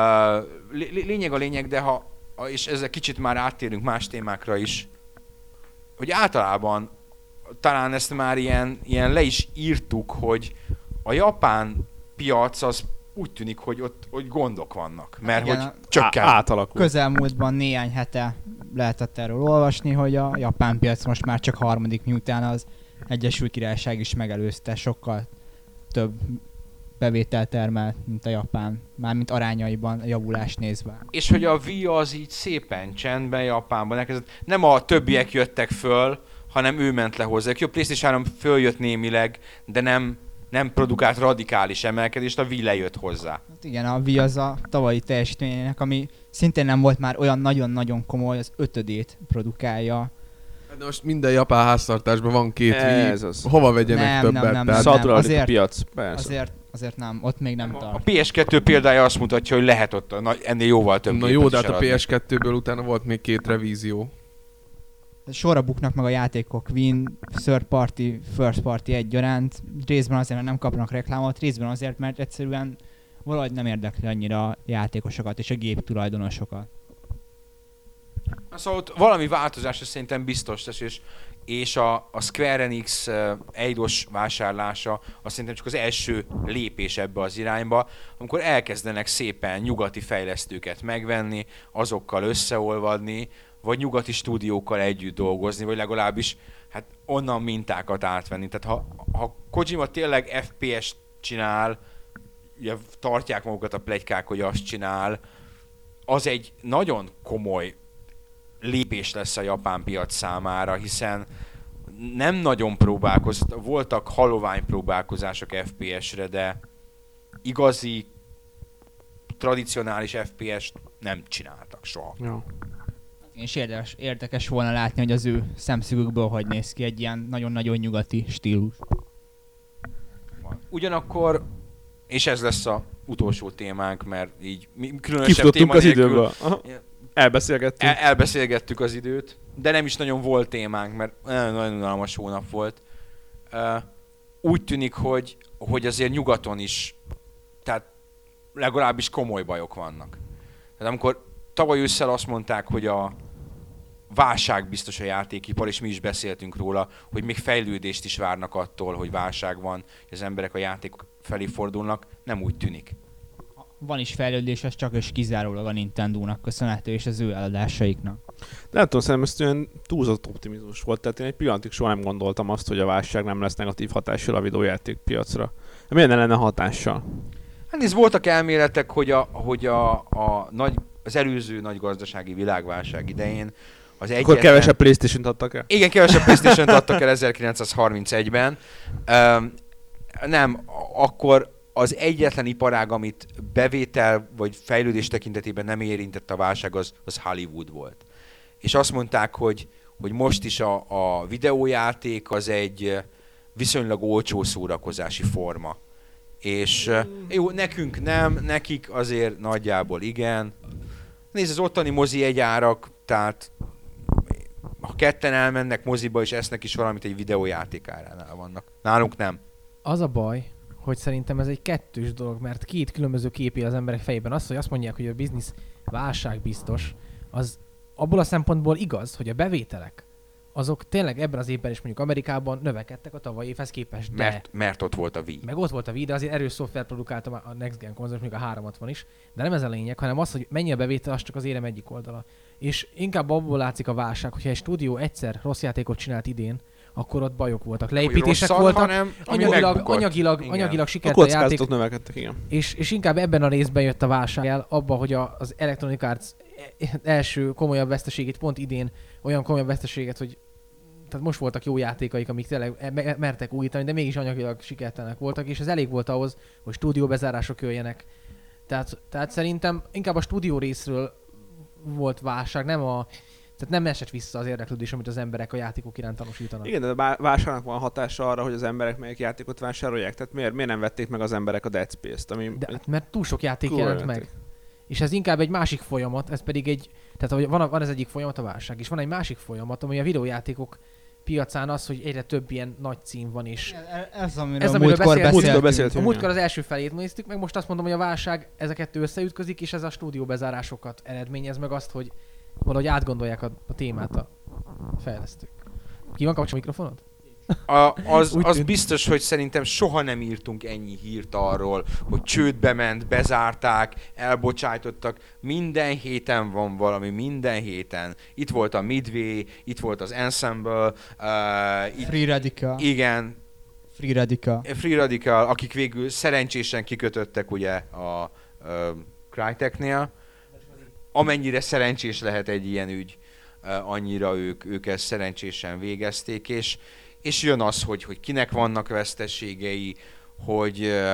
lé- lényeg a lényeg, de ha, és ezzel kicsit már áttérünk más témákra is, hogy általában talán ezt már ilyen, ilyen le is írtuk, hogy a japán piac az úgy tűnik, hogy ott hogy gondok vannak, mert Igen, hogy a- csökken. Á- átalakul. Közelmúltban néhány hete lehetett erről olvasni, hogy a japán piac most már csak harmadik, miután az Egyesült Királyság is megelőzte, sokkal több bevételt termel, mint a Japán, mármint arányaiban javulást nézve. És hogy a Wii az így szépen csendben Japánban elkezdett. Nem a többiek jöttek föl, hanem ő ment le hozzá. Jó, a PlayStation három följött némileg, de nem, nem produkált radikális emelkedést, a Wii lejött hozzá. Hát igen, a Wii az a tavalyi teljesítményének, ami szintén nem volt már olyan nagyon-nagyon komoly, az ötödét produkálja. De most minden japán háztartásban van két Ez Wii. az. Hova vegyenek Nem, többet? nem, nem, Tehát nem. Szadra a azért- piac. Persze. Azért, azért nem, ott még nem A tart. pé es kettő példája azt mutatja, hogy lehet ott a, nagy- ennél jóval több Na gépet jó, is de hát a eladni. pé es kettőből utána volt még két revízió. Sorra buknak meg a játékok Win, third party, first party egyaránt, részben azért, mert nem kapnak reklámot, részben azért, mert egyszerűen valahogy nem érdekli annyira a játékosokat és a gép tulajdonosokat. Na, szóval ott valami változás ez szerintem biztos lesz, és, és a, a Square Enix uh, Eidos vásárlása azt szerintem csak az első lépés ebbe az irányba, amikor elkezdenek szépen nyugati fejlesztőket megvenni, azokkal összeolvadni, vagy nyugati stúdiókkal együtt dolgozni, vagy legalábbis hát onnan mintákat átvenni. Tehát ha, ha Kojima tényleg ef pé es csinál, ugye tartják magukat a pletykák, hogy azt csinál, az egy nagyon komoly lépés lesz a japán piac számára, hiszen nem nagyon próbálkozott, voltak halovány próbálkozások ef pé es-re, de igazi, tradicionális ef pé es-t nem csináltak soha. Ja. És érdekes, érdekes volna látni, hogy az ő szemszögükből hogy néz ki egy ilyen nagyon-nagyon nyugati stílus. Ugyanakkor, és ez lesz a utolsó témánk, mert így mi- különösebb Kifutottunk téma az nélkül időből. Aha. Elbeszélgettünk. el- elbeszélgettük az időt, de nem is nagyon volt témánk, mert nagyon nagyon unalmas hónap volt. Uh, úgy tűnik, hogy, hogy azért nyugaton is, tehát legalábbis komoly bajok vannak. Tehát amikor tavaly ősszel azt mondták, hogy a válság biztos a játékipar, és mi is beszéltünk róla, hogy még fejlődést is várnak attól, hogy válság van, hogy az emberek a játékok felé fordulnak, nem úgy tűnik. Van is fejlődés, ez csak és kizárólag a Nintendónak köszönhető, és az ő eladásaiknak. De nem tudom, szerintem ez olyan túlzott optimizmus volt. Tehát én egy pillanatig soha nem gondoltam azt, hogy a válság nem lesz negatív hatással a videójátékpiacra. De miért ne lenne hatással? Hát nézd, voltak elméletek, hogy, a, hogy a, a nagy, az előző nagy gazdasági világválság idején az egyetlen... Akkor kevesebb PlayStation-t adtak el? Igen, kevesebb PlayStation-t adtak el ezerkilencszázharmincegyben. Um, nem, akkor az egyetlen iparág, amit bevétel vagy fejlődés tekintetében nem érintett a válság, az, az Hollywood volt. És azt mondták, hogy, hogy most is a, a videójáték az egy viszonylag olcsó szórakozási forma. És jó, nekünk nem, nekik azért nagyjából igen. Nézd, az ottani mozi egyárak, tehát ha ketten elmennek moziba és esznek is valamit, egy videójáték áránál vannak. Nálunk nem. Az a baj, hogy szerintem ez egy kettős dolog, mert két különböző képi az emberek fejében. Az, hogy azt mondják, hogy a biznisz válságbiztos, az abból a szempontból igaz, hogy a bevételek azok tényleg ebben az évben is mondjuk Amerikában növekedtek a tavalyi évhez képest, de... Mert, mert ott volt a Wii. Meg ott volt a Wii, de azért erős szoftver produkáltam a Next Gen konzol, mondjuk a háromszázhatvan is, de nem ez a lényeg, hanem az, hogy mennyi a bevétel, az csak az érem egyik oldala. És inkább abból látszik a válság, hogyha egy stúdió egyszer rossz játékot csinált idén, akkor ott bajok voltak, leépítések rosszat, voltak, hanem, ami anyagilag, megbukott. anyagilag, Igen. anyagilag A sikert a játék, kockázatok növekedtek, igen. és, és inkább ebben a részben jött a válság el, abba, hogy a, az Electronic Arts első komolyabb veszteségét pont idén, olyan komolyabb veszteséget, hogy tehát most voltak jó játékaik, amik tényleg me- mertek újítani, de mégis anyagilag sikertelenek voltak, és ez elég volt ahhoz, hogy stúdióbezárások jöjjenek. Tehát, tehát szerintem inkább a stúdió részről volt válság, nem a... Tehát nem esett vissza az érdeklődés, amit az emberek a játékok iránt tanúsítanak. Igen, de a bá- válságnak van hatása arra, hogy az emberek melyik játékot vásárolják. Tehát miért, miért nem vették meg az emberek a Dead Space-t? Ami De, hát mert túl sok játék Kurva jelent játék. meg. És ez inkább egy másik folyamat, ez pedig egy... Tehát hogy van, van ez egyik folyamat, a válság, és van egy másik folyamat, ami a videójátékok piacán az, hogy egyre több ilyen nagy cím van, és Ez, amiről, Ez, ez amiről múltkor beszéltünk. beszéltünk. beszéltünk. a múltkor az első felét néztük, meg most azt mondom, hogy a válság ez a kettő összeütközik, és ez a stúdióbezárásokat eredményez meg azt, hogy valahogy átgondolják a, a témát a fejlesztők. Ki van kapcsolva a mikrofonod? A, az, Úgy az tűnt. biztos, hogy szerintem soha nem írtunk ennyi hírt arról, hogy csődbe ment, bezárták, elbocsájtottak. Minden héten van valami, minden héten. Itt volt a Midway, itt volt az Ensemble, uh, itt, Free Radical. igen, Free Radical. Free Radical, akik végül szerencsésen kikötöttek ugye a uh, Cryteknél. Amennyire szerencsés lehet egy ilyen ügy, uh, annyira ők, ők ezt szerencsésen végezték, és És jön az, hogy, hogy kinek vannak veszteségei, hogy uh,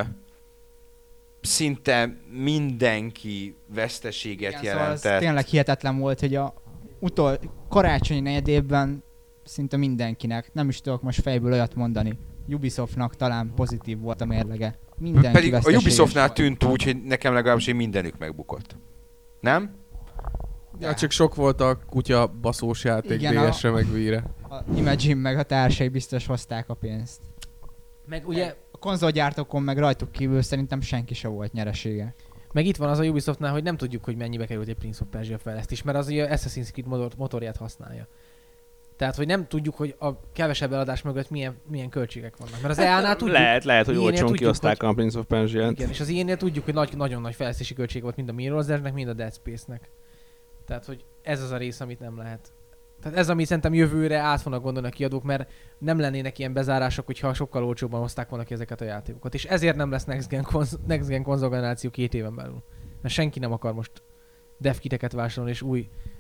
szinte mindenki veszteséget Igen, szóval az jelentett. tényleg hihetetlen volt, hogy a utol karácsonyi negyedévben szinte mindenkinek, nem is tudok most fejből olyat mondani, Ubisoftnak talán pozitív volt a mérlege. Mindenki Pedig a veszteséges Ubisoftnál volt. tűnt úgy, hogy nekem legalábbis hogy mindenük megbukott. Nem? Ja, csak sok volt a kutya baszós játék Igen, a- dé es-re meg Wii-re. A Imagine meg a társai biztos hozták a pénzt. Meg ugye, A konzolgyártókon meg rajtuk kívül szerintem senki se volt nyeresége. meg itt van az a Ubisoftnál, hogy nem tudjuk, hogy mennyibe került egy Prince of Persia fejlesztés, mert az ugye Assassin's Creed motor, motorját használja. Tehát, hogy nem tudjuk, hogy a kevesebb eladás mögött milyen, milyen költségek vannak. Mert az E A-nál tudjuk, lehet, lehet, hogy ilyennél olcsón tudjuk, kihozták a Prince of Persia-t. igen, és az ilyennél tudjuk, hogy nagy, nagyon nagy fejlesztési költség volt mind a Mirror's-nek, mind a Dead Space-nek. Tehát, hogy ez az a rész, amit nem lehet. Tehát ez, ami szerintem jövőre át fognak gondolni a kiadók, mert nem lennének ilyen bezárások, hogyha sokkal olcsóbban hozták volna ki ezeket a játékokat. És ezért nem lesz Next Gen, konz- Next Gen konzolgeneráció két éven belül. Mert senki nem akar most devkiteket vásárolni és új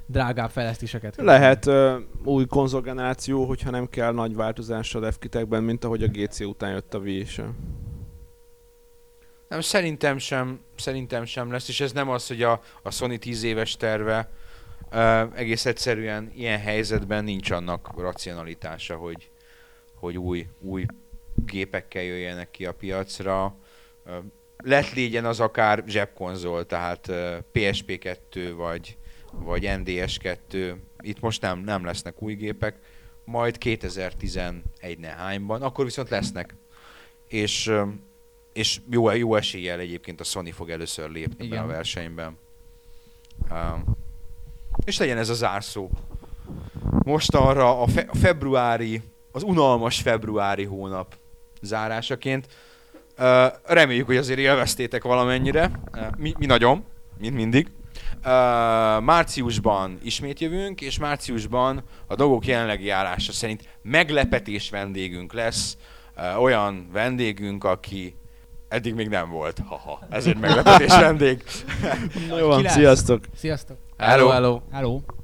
drágább fejlesztéseket. Lehet uh, új konzolgeneráció, hogyha nem kell nagy változás a devkitekben, mint ahogy a gé cé után jött a Wii sem. Nem, szerintem sem, szerintem sem lesz, és ez nem az, hogy a, a Sony tíz éves terve uh, egész egyszerűen ilyen helyzetben nincs annak racionalitása, hogy, hogy új, új gépekkel jöjjenek ki a piacra. Uh, lett légyen az akár zsebkonzol, tehát uh, pé es pé kettő vagy, vagy en dé es kettő, itt most nem, nem lesznek új gépek, majd kétezer-tizenegy nehányban, akkor viszont lesznek. És uh, és jó, jó eséllyel egyébként a Sony fog először lépni be a versenyben. Um, és legyen ez a zárszó. Most arra a, fe, a februári, az unalmas februári hónap zárásaként. Uh, reméljük, hogy azért élveztétek valamennyire. Uh, mi, mi nagyon, mint mindig. Uh, márciusban ismét jövünk, és márciusban a dolgok jelenlegi állása szerint meglepetés vendégünk lesz. Uh, olyan vendégünk, aki eddig még nem volt. Haha, ez egy meglepetés vendég. Jó van, sziasztok! Sziasztok! Hello, hello. Hello.